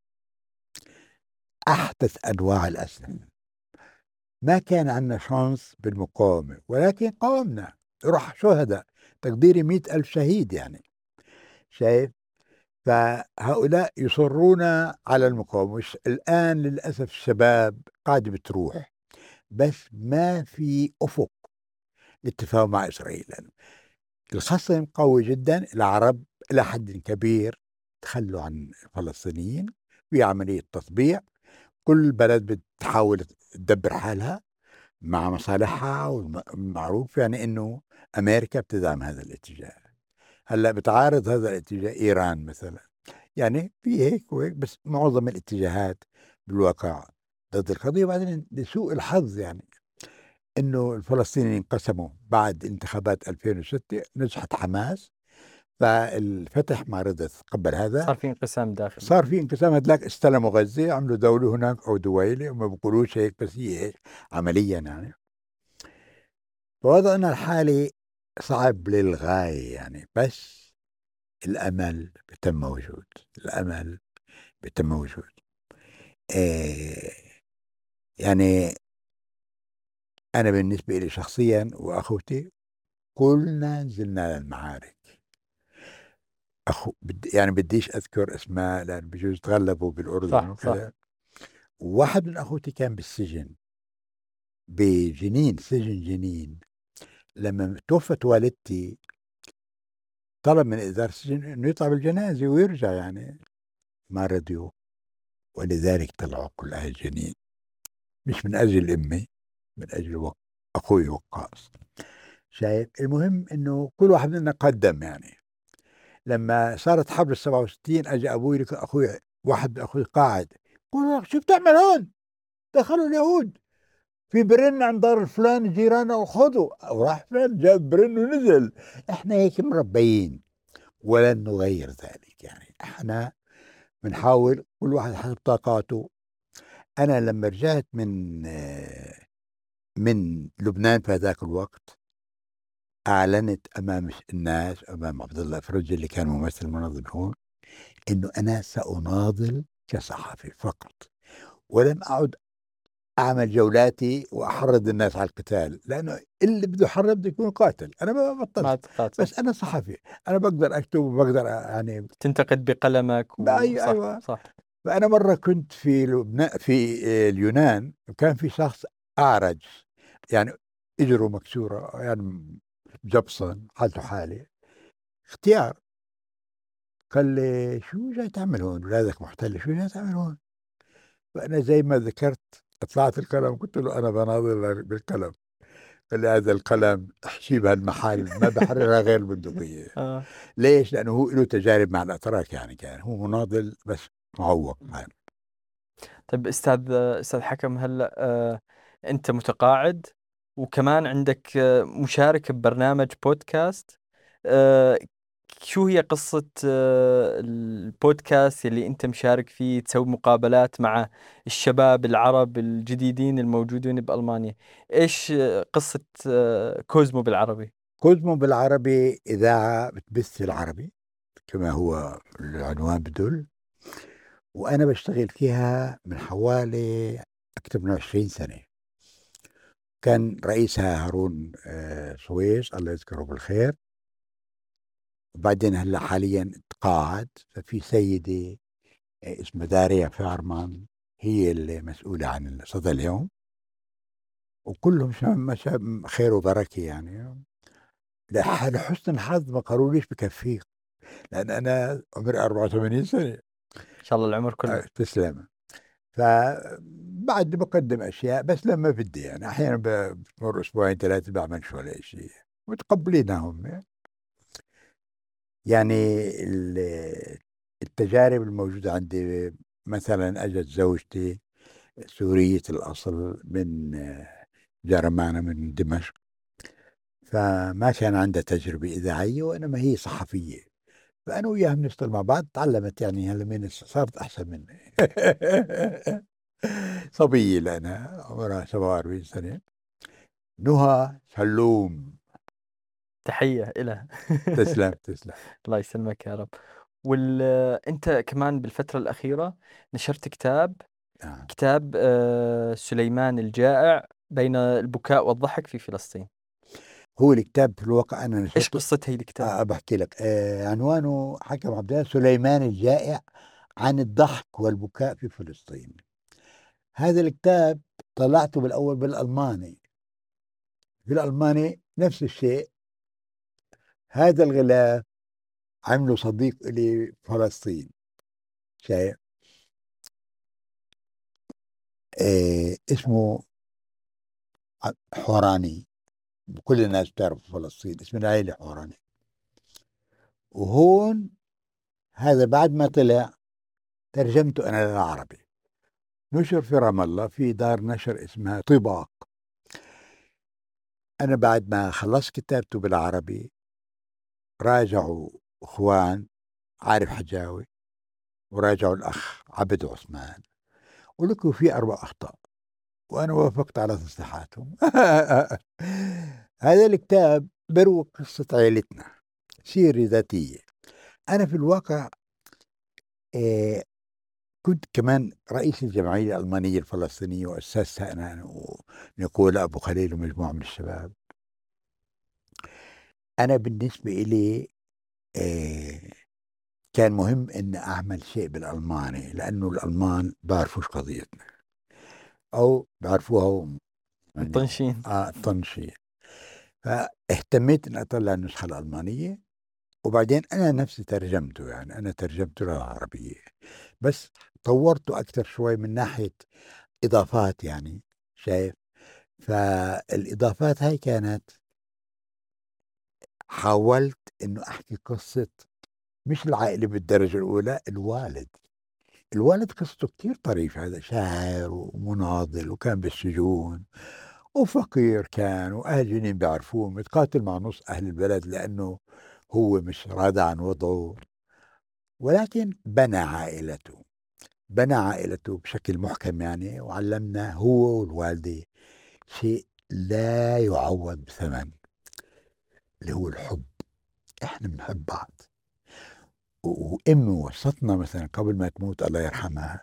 أحدث أنواع الأسلحة. ما كان عندنا شانس بالمقاومة، ولكن قاومنا، راح شهداء، تقديري 100,000 شهيد يعني. شايف؟ فهؤلاء يصرون على المقاومة. الآن للأسف الشباب قاعدة بتروح، بس ما في أفق للتفاهم مع إسرائيل. الخصم قوي جدا، العرب إلى حد كبير تخلوا عن الفلسطينيين في عملية تطبيع. كل بلد بتحاول تدبر حالها مع مصالحها، والمعروف يعني انه امريكا بتدعم هذا الاتجاه. هلا بتعارض هذا الاتجاه ايران مثلا، يعني في هيك وهيك، بس معظم الاتجاهات بالواقع ضد القضية. وبعدين لسوء الحظ يعني انه الفلسطينيين انقسموا بعد انتخابات 2006، نجحت حماس، فالفتح ما رضى يتقبل هذا. صار في انقسام داخلي. صار في انقسام، هدلاك استلموا غزة، عملوا دولة هناك أو دويلة، وما بيقولوش هيك بس هي هيك عمليا يعني. فوضعنا الحالي صعب للغاية يعني، بس الأمل بتم موجود، الأمل بتم موجود. إيه يعني أنا بالنسبة لي شخصيا وأخوتي كلنا نزلنا للمعارك. يعني بديش أذكر اسماء لأن بجوز تغلبوا بالأردن صح صح. وكذا. واحد من أخوتي كان بالسجن، بجنين، سجن جنين. لما توفت والدتي طلب من إدارة السجن إنه يطلع بالجنازة ويرجع يعني، ما رضيوا، ولذلك طلعوا كل أهل الجنين، مش من أجل أمي، من أجل أخوي وقاص. شايف؟ المهم إنه كل واحد منا قدم يعني. لما صارت حرب ال67 أجى أبوي لك أخوي، واحد من أخوي قاعد، قول شو بتعمل هون؟ دخلوا اليهود في برن عند دار الفلان جيرانه وخذوا، وراح فين جاب برن ونزل. احنا هيك مربيين، ولن نغير ذلك يعني. احنا بنحاول كل واحد حسب طاقاته. انا لما رجعت من لبنان في هذاك الوقت، اعلنت امام الناس، امام عبد الله فرج اللي كان ممثل منظم هون، انه انا ساناضل كصحفي فقط، ولم اعد اعمل جولاتي واحرض الناس على القتال، لانه اللي بده يحرض بده يكون قاتل. انا ما ما بطلت، تقاتل. بس انا صحفي، انا بقدر اكتب وبقدر يعني تنتقد بقلمك وصح ايوه. صح. فانا مره كنت في لبنان، في اليونان، وكان في شخص اعرج يعني، اجره مكسوره يعني، جبصن حالته حالي، اختيار. قال لي شو جاي تعمل هون؟ بلادك محتله، شو جاي تعمل هون؟ فانا زي ما ذكرت طلعت القلم، قلت له انا بناظر بالقلم. قال لي هذا القلم احشيه بهالمحل، ما بحررها غير البندقية. آه. ليش؟ لأنه هو له تجارب مع الأتراك يعني، كان هو مناضل بس معوق يعني. طيب استاذ حكم، هلا انت متقاعد وكمان عندك مشاركة ببرنامج بودكاست. آه شو هي قصة البودكاست اللي أنت مشارك فيه، تسوي مقابلات مع الشباب العرب الجديدين الموجودين بألمانيا؟ إيش قصة كوزمو بالعربي؟ كوزمو بالعربي إذاعة بتبث العربي كما هو العنوان بدل، وأنا بشتغل فيها من حوالي أكثر من 20 سنة. كان رئيسها هارون سويس الله يذكره بالخير. وبعدين هلا حاليا تقاعد، ففي سيدة اسمها داريا فارمان هي اللي مسؤولة عن صدى اليوم، وكلهم خير وبركة يعني. لحسن الحظ ما قالوليش بكفيك، لأن أنا عمري 84 سنة. إن شاء الله العمر كله. تسلم. فبعد بقدم أشياء بس لما بدي، يعني أحيانا بمر أسبوعين ثلاثة بعملش ولا شيء، متقبلينهم. يعني التجارب الموجودة عندي، مثلا أجت زوجتي سورية الأصل من جرمانة من دمشق، فما كان عندها تجربة إذاعية، وإنما هي صحفية، فأنا وياها بنشتغل مع بعض. تعلمت يعني هلا من صارت أحسن مني. صبية لأنها عمرها 47 سنة. نهى سلوم. تحية إلها. تسلم تسلم. الله يسلمك يا رب. أنت كمان بالفترة الأخيرة نشرت كتاب، نعم. كتاب سليمان الجائع بين البكاء والضحك في فلسطين. هو الكتاب في الواقع أنا إيش نشرته. قصة هي الكتاب؟ بحكي لك. عنوانه حكم عبد الله سليمان الجائع عن الضحك والبكاء في فلسطين. هذا الكتاب طلعته بالأول بالألماني. في الألماني نفس الشيء. هذا الغلاف عمله صديق لي فلسطين، شايف. اسمه حوراني. كل الناس بتعرف فلسطين، اسم العائلة حوراني. وهون هذا بعد ما طلع ترجمته أنا للعربي، نشر في رام الله في دار نشر اسمها طباق. أنا بعد ما خلصت كتابته بالعربي راجعوا إخوان عارف حجاوي، وراجعوا الأخ عبد عثمان، ولقوا في 4 أخطاء، وأنا وافقت على تصحيحاتهم. هذا الكتاب بروي قصة عائلتنا، سيرة ذاتية. أنا في الواقع آه، كنت كمان رئيس الجمعية الألمانية الفلسطينية، وأسستها أنا ونيكولا أبو خليل ومجموعة من الشباب. أنا بالنسبة إلي آه، كان مهم أن أعمل شيء بالألماني، لأنه الألمان بعرفوش قضيتنا أو بعرفوها يعني مطنشين. طنشي. فاهتميت أن أطلع النسخة الألمانية، وبعدين أنا نفسي ترجمته، يعني أنا ترجمته للعربية، بس طورته أكثر شوي من ناحية إضافات، يعني شايف. فالإضافات هاي كانت، حاولت إنه أحكي قصة مش العائلة بالدرجة الأولى، الوالد. الوالد قصته كتير طريفة. هذا شاعر ومناضل وكان بالسجون، وفقير كان، وأهل جنين بيعرفوه، متقاتل مع نص أهل البلد لأنه هو مش راضي عن وضعه، ولكن بنى عائلته بشكل محكم يعني. وعلمنا هو والوالدة شيء لا يعوض بثمن، اللي هو الحب. احنا بنحب بعض. وامي وصتنا مثلا قبل ما تموت الله يرحمها،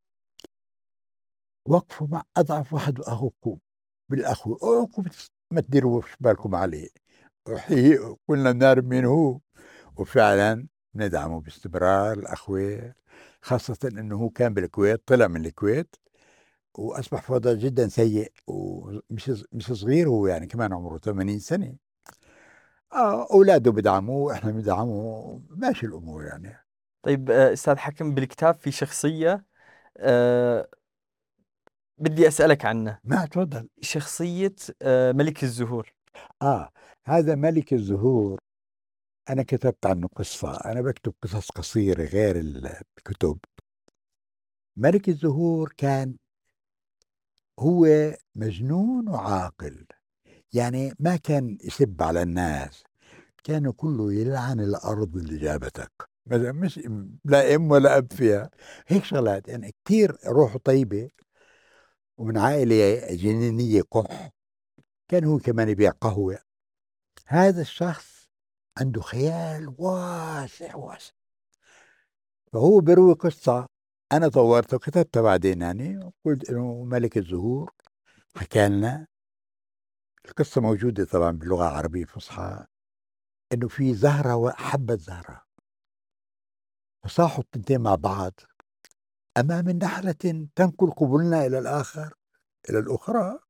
وقفوا مع اضعف واحد واخوكم بالاخوه، اوعكم ما تديروش بالكم عليه. كلنا بنعرف مين هو. وفعلا ندعمه باستمرار الأخوة، خاصة أنه هو كان بالكويت، طلع من الكويت وأصبح في وضع جدا سيء، ومش صغير هو، يعني كمان عمره 80 سنة. أولاده بدعموه وإحنا بندعمه، ماشي الأمور يعني. طيب أستاذ حكم، بالكتاب في شخصية آه، بدي أسألك عنه، ما تفضل. شخصية ملك الزهور. آه هذا ملك الزهور. أنا كتبت عنه قصة. أنا بكتب قصص قصيرة غير الكتب. ملك الزهور كان هو مجنون وعاقل، يعني ما كان يسب على الناس، كانوا كله يلعن الأرض اللي جابتك، مثلا مش لا أم ولا أب فيها، هيك شغلات يعني كتير روحه طيبة، ومن عائلة جنينية قح. كان هو كمان يبيع قهوة. هذا الشخص عنده خيال واسع واسع. فهو بيروي قصة أنا طورتها وكتبتها بعدين، يعني قلت إنه ملك الزهور حكى لنا. القصة موجودة طبعا باللغة العربية الفصحى، إنه في زهرة وحبة زهرة، فصاحوا التنتين مع بعض أمام نحلة تنقل قبولنا إلى الآخر، إلى الأخرى.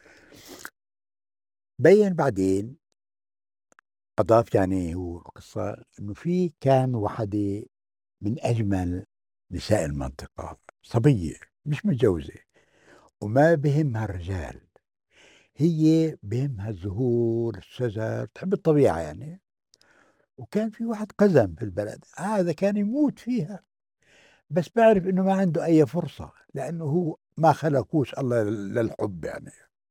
بين بعدين، أضاف يعني هو القصة إنه في كان وحدة من أجمل نساء المنطقة، صبية مش متجوزة، وما بهمها الرجال، هي بهمها الزهور الشجر، تحب الطبيعة يعني. وكان في واحد قزم في البلد، هذا كان يموت فيها، بس بعرف انه ما عنده اي فرصة، لانه هو ما خلقوش الله للحب يعني.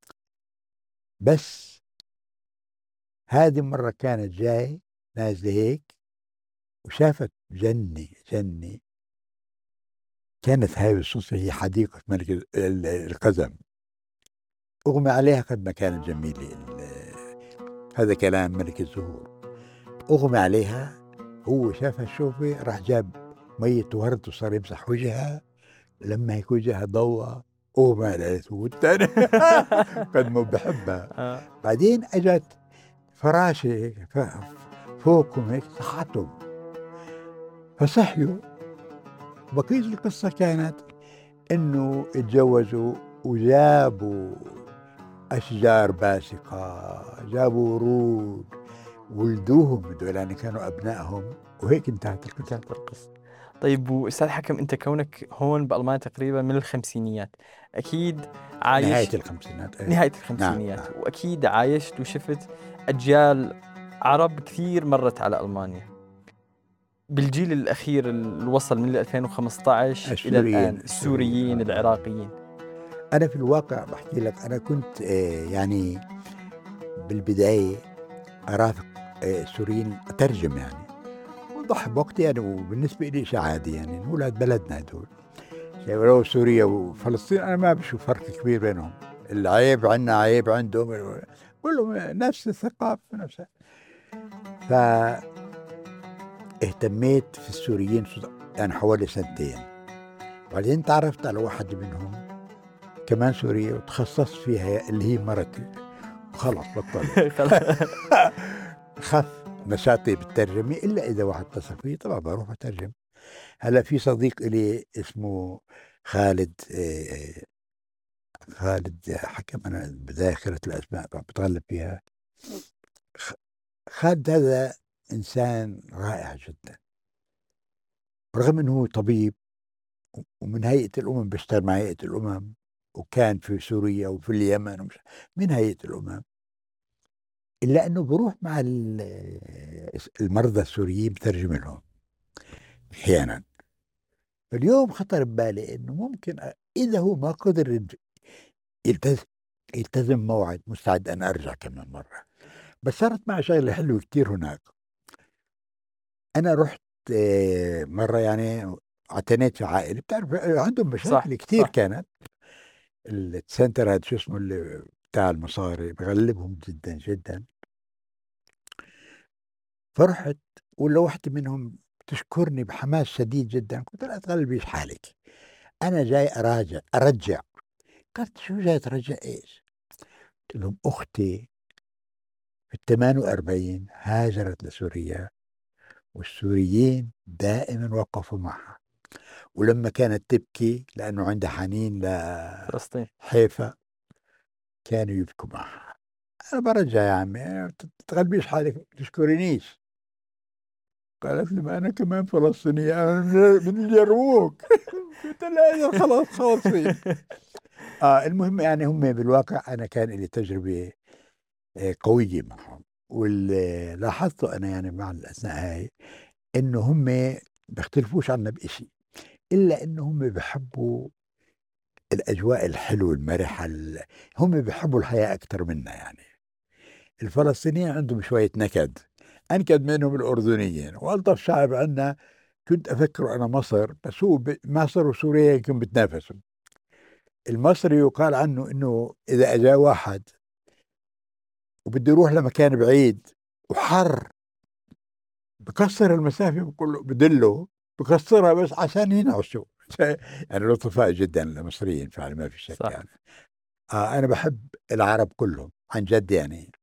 بس هذه مرة كانت جاي نازلة هيك، وشافت جنة جنة. كانت هاي بالصدفة هي حديقة ملك القزم. أغمى عليها قد ما كانت جميلة هذا كلام ملك الزهور. أغمى عليها، هو شافها الشوفة، راح جاب مية ورد وصار يمسح وجهها. لما هيك وجهها ضوى، أغمى عليه والتاني قد ما بحبها. بعدين اجت فراشة هيك فوقهم هيك صحتهم، فصحيوا. بقية القصة كانت انه اتجوزوا وجابوا اشجار باسقة، جابوا ورود، ولدوهم هذول يعني كانوا ابنائهم، وهيك انتهت القصة. انتهت القصة. طيب وأستاذ حكم، أنت كونك هون بألمانيا تقريبا من الخمسينيات، أكيد نهاية عايش الخمسينات نهاية نعم الخمسينيات، نعم. وأكيد عايشت وشفت أجيال عرب كثير مرت على ألمانيا. بالجيل الأخير اللي وصل من 2015 إلى الآن، السوريين العراقيين. أنا في الواقع بحكي لك، أنا كنت يعني بالبداية أرافق السوريين، أترجم يعني، وضح بوقتي يعني، وبالنسبة لي شيء عادي يعني، أولاد بلدنا هدول. يعني لو سوريا وفلسطين أنا ما بشوف فرق كبير بينهم، العيب عنا عيب عندهم، كلهم نفس الثقافة نفسها. فاهتميت في السوريين يعني حوالي سنتين. بعدين تعرفت على واحد منهم كمان سورية، وتخصصت فيها اللي هي مرتي، وخلص بطلت. خف نشاطي بالترجمة، إلا إذا واحد اتصل فيه طبعا بروح أترجم. هلا في صديق إلي اسمه خالد، خالد حكم، أنا بذاكرة الأسماء بتغلب فيها. خ- خالد هذا إنسان رائع جدا، رغم أنه هو طبيب ومن هيئة الأمم، بيشتغل مع هيئة الأمم، وكان في سوريا وفي اليمن من هيئة الأمم، إلا أنه بروح مع المرضى السوريين بترجم لهم أحيانا. فاليوم خطر ببالي أنه ممكن إذا هو ما قدر يلتزم يلتزم موعد، مستعد أن أرجع كمان مرة. بس صارت معي شغلة حلوة كتير هناك. أنا رحت مرة يعني، اعتنيت في عائلة بتعرف عندهم صح مشاكل كتير صح. كانت. السنتر هذا شو اسمه اللي بتاع المصاري بغلبهم جدا جدا. فرحت، ولا واحدة منهم تشكرني بحماس شديد جدا، قلت لها تغلبيش حالك، أنا جاي أرجع. قالت شو جاي ترجع إيش؟ قلت لهم أختي في ال48 هاجرت لسوريا، والسوريين دائما وقفوا معها، ولما كانت تبكي لأنه عندها حنين فلسطين. لحيفا كانوا يبكوا معها. أنا برجع يا عمي، تغلبيش حالك تشكرينيش. قالت لي ما أنا كمان فلسطينية، أنا من اليرموك. قلت لها إذا خلاص خالصين. المهم يعني هم بالواقع أنا كان لي تجربة قوية معهم. واللي لاحظته أنا يعني مع الأثناء هاي، إنه هم بيختلفوش عنا بإشي، إلا إنه هم بيحبوا الأجواء الحلوة المرحة، هم بيحبوا الحياة أكثر منا يعني. الفلسطينيين عندهم شوية نكد، أنكد منهم الأردنيين، وألطف شعب عندنا. كنت أفكر أنا مصر، بس هو مصر وسوريا يمكن بتنافسوا. المصري يقال عنه إنه إذا أجا واحد وبده يروح لمكان بعيد وحر، بكسر المسافة، بقول له بدله، بكسرها بس عشان ينعشوا. يعني لطفاء جدا المصريين فعلا، ما في شك صح. يعني. أنا بحب العرب كلهم عن جد يعني.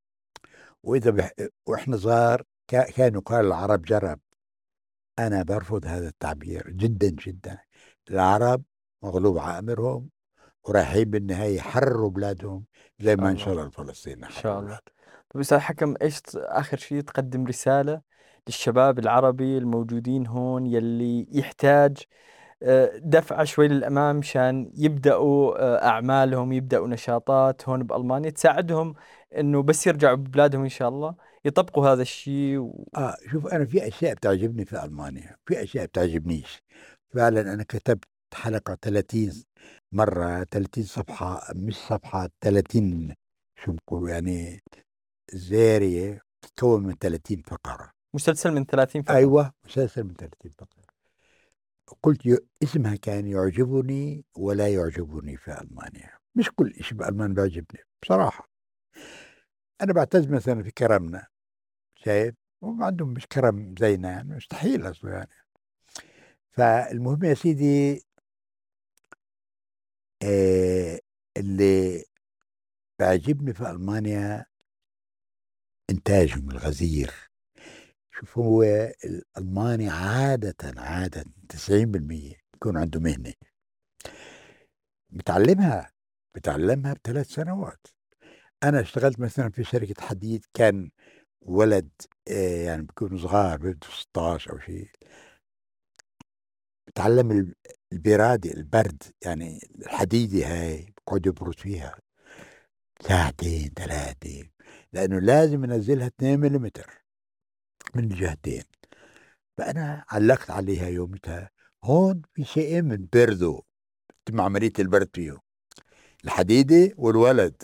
وإحنا صغار كانوا قال العرب جرب. أنا برفض هذا التعبير جدا جدا. العرب مغلوب على أمرهم، ورايحين بالنهاية يحرروا بلادهم إن زي شاء ما إن الله. شاء الله الفلسطينيين إن شاء يحرروا الله. بلادهم. طيب أستاذ حكم، إيش آخر شيء تقدم رسالة للشباب العربي الموجودين هون يلي يحتاج دفعة شوي للأمام مشان يبدأوا أعمالهم، يبدأوا نشاطات هون بألمانيا تساعدهم إنه بس يرجعوا ببلادهم إن شاء الله يطبقوا هذا الشيء شوف، أنا في أشياء بتعجبني في ألمانيا، في أشياء بتعجبنيش. فعلا أنا كتبت حلقة 30 مرة، 30 صفحة، مش صفحة 30، شو بقول يعني، زارية تتكون من 30 فقرة. مسلسل من 30 فقرة. أيوة، مسلسل من 30 فقرة. قلت اسمها كان يعجبني ولا يعجبني في ألمانيا. مش كل شيء بألمانيا بيعجبني بصراحة. أنا بعتز مثلا في كرمنا، شايف، هم عندهم مش كرم زينا يعني، مستحيل أصلا يعني. فالمهم يا سيدي، آه اللي بيعجبني في ألمانيا إنتاجهم الغزير. شوف، هو الألماني عادة 90% بيكون عنده مهنة بتعلمها بتعلمها ب3 سنوات. أنا اشتغلت مثلا في شركة حديد، كان ولد يعني بيكونوا صغار، بيبدوا 16 أو شيء، بتعلم البرادة، البرد يعني، الحديدة هاي بقعد يبرد فيها ساعتين 3، لأنه لازم ينزلها 2 مليمتر من الجهتين. فأنا علقت عليها يومتها. هون في شيئين من بردو، تم عملية البرد فيه، الحديدة والولد.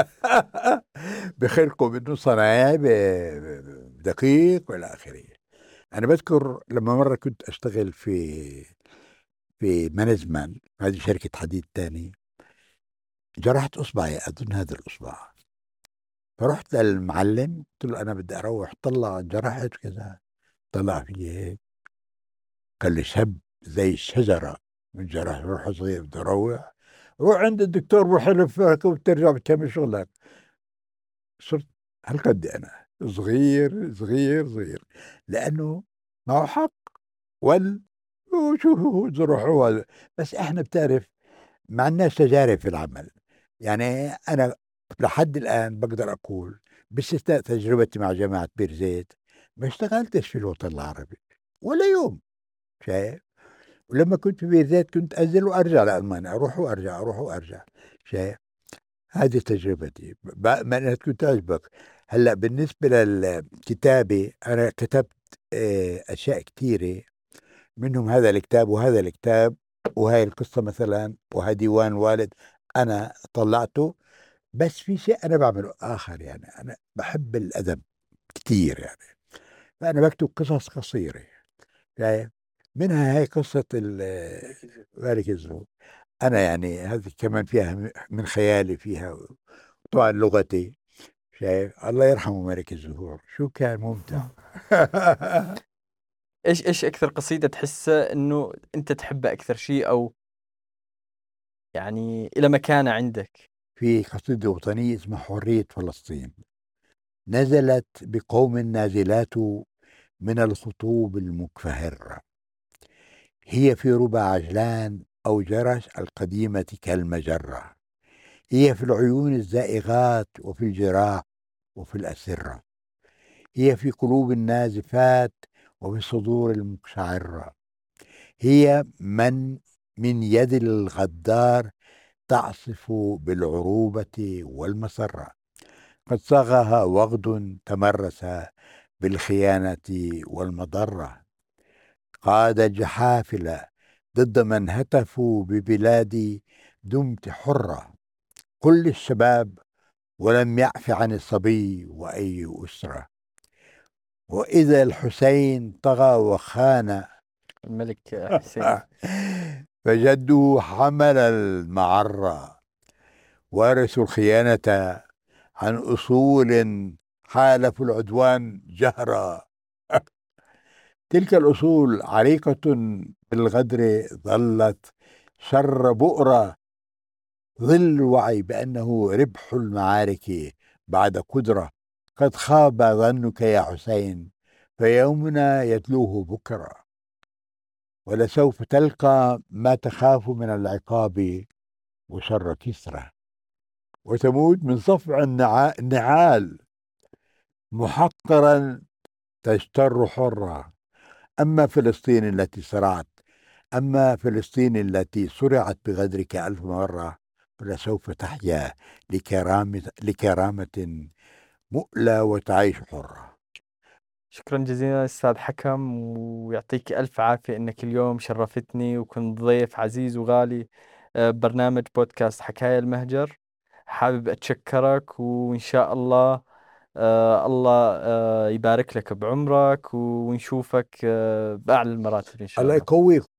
بخلقوا منه صنايعي بدقيق والى اخره. انا بذكر لما مره كنت اشتغل في مانجمنت، هذه شركه حديد تاني، جرحت اصبعي، اظن هذا الاصبع. فرحت للمعلم قلت له انا بدي اروح، طلع جرحت كذا، طلع في هيك، قال لي شب زي الشجره من جرح، روح صغير بدي اروح، روح عند الدكتور بحلف فيك وبترجع بتكمل شغلك. صرت هالقد انا صغير صغير صغير، لانه معه حق. وال وشو هو زرعوها. بس احنا بتعرف، ما عندناش تجارب في العمل. يعني انا لحد الان بقدر اقول، باستثناء تجربتي مع جامعة بير زيت، ما اشتغلتش في الوطن العربي ولا يوم، شايف. ولما كنت في بير زيت كنت انزل وارجع لالمانيا، اروح وارجع، اروح وارجع، شايف. هذه تجربتي، ما أنا كنت تعجبك. هلا بالنسبة للكتابة، أنا كتبت أشياء كثيرة، منهم هذا الكتاب وهذا الكتاب وهاي القصة مثلا، وهذا ديوان والد أنا طلعته. بس في شيء أنا بعمله آخر، يعني أنا بحب الأدب كثير يعني. فأنا بكتب قصص قصيرة، شايف. منها هاي قصة ملك الزهور. أنا يعني هذه كمان فيها من خيالي فيها، طبعا لغتي، شايف. الله يرحمه ملك الزهور، شو كان ممتع. إيش أكثر قصيدة تحسه إنه أنت تحبها أكثر شيء، أو يعني إلى مكانة عندك؟ في قصيدة وطنية اسمها حرية فلسطين، نزلت بقوم نازلات من الخطوب المكفهرة، هي في ربع عجلان أو جرش القديمة كالمجرة، هي في العيون الزائغات وفي الجراح وفي الأسرة، هي في قلوب النازفات وفي الصدور المقشعرة، هي من يد الغدار تعصف بالعروبة والمسرة، قد صاغها وغد تمرس بالخيانة والمضرة، قاد الجحافل ضد من هتفوا ببلادي دمت حرة، كل الشباب ولم يعف عن الصبي وأي أسرة، وإذا الحسين طغى وخان الملك حسين. فجده حمل المعرة، وارثوا الخيانة عن أصول، حالفوا العدوان جهرا. تلك الأصول عريقة بالغدر، ظلت شر بؤرة، ظل الوعي بأنه ربح المعارك بعد قدرة. قد خاب ظنك يا حسين، فيومنا يتلوه بكرة، ولسوف تلقى ما تخاف من العقاب وشر كسرى، وتموت من صفع النعال، محقرا تجتر حرة. أما فلسطين التي صرعت بغدرك 1000 مرة، فلسوف تحيا لكرامة مؤلى وتعيش حرة. شكرا جزيلا أستاذ حكم، ويعطيك ألف عافية أنك اليوم شرفتني وكنت ضيف عزيز وغالي برنامج بودكاست حكاية المهجر. حابب أتشكرك، وإن شاء الله الله يبارك لك بعمرك، ونشوفك بأعلى المراتب إن شاء الله الله. يقويك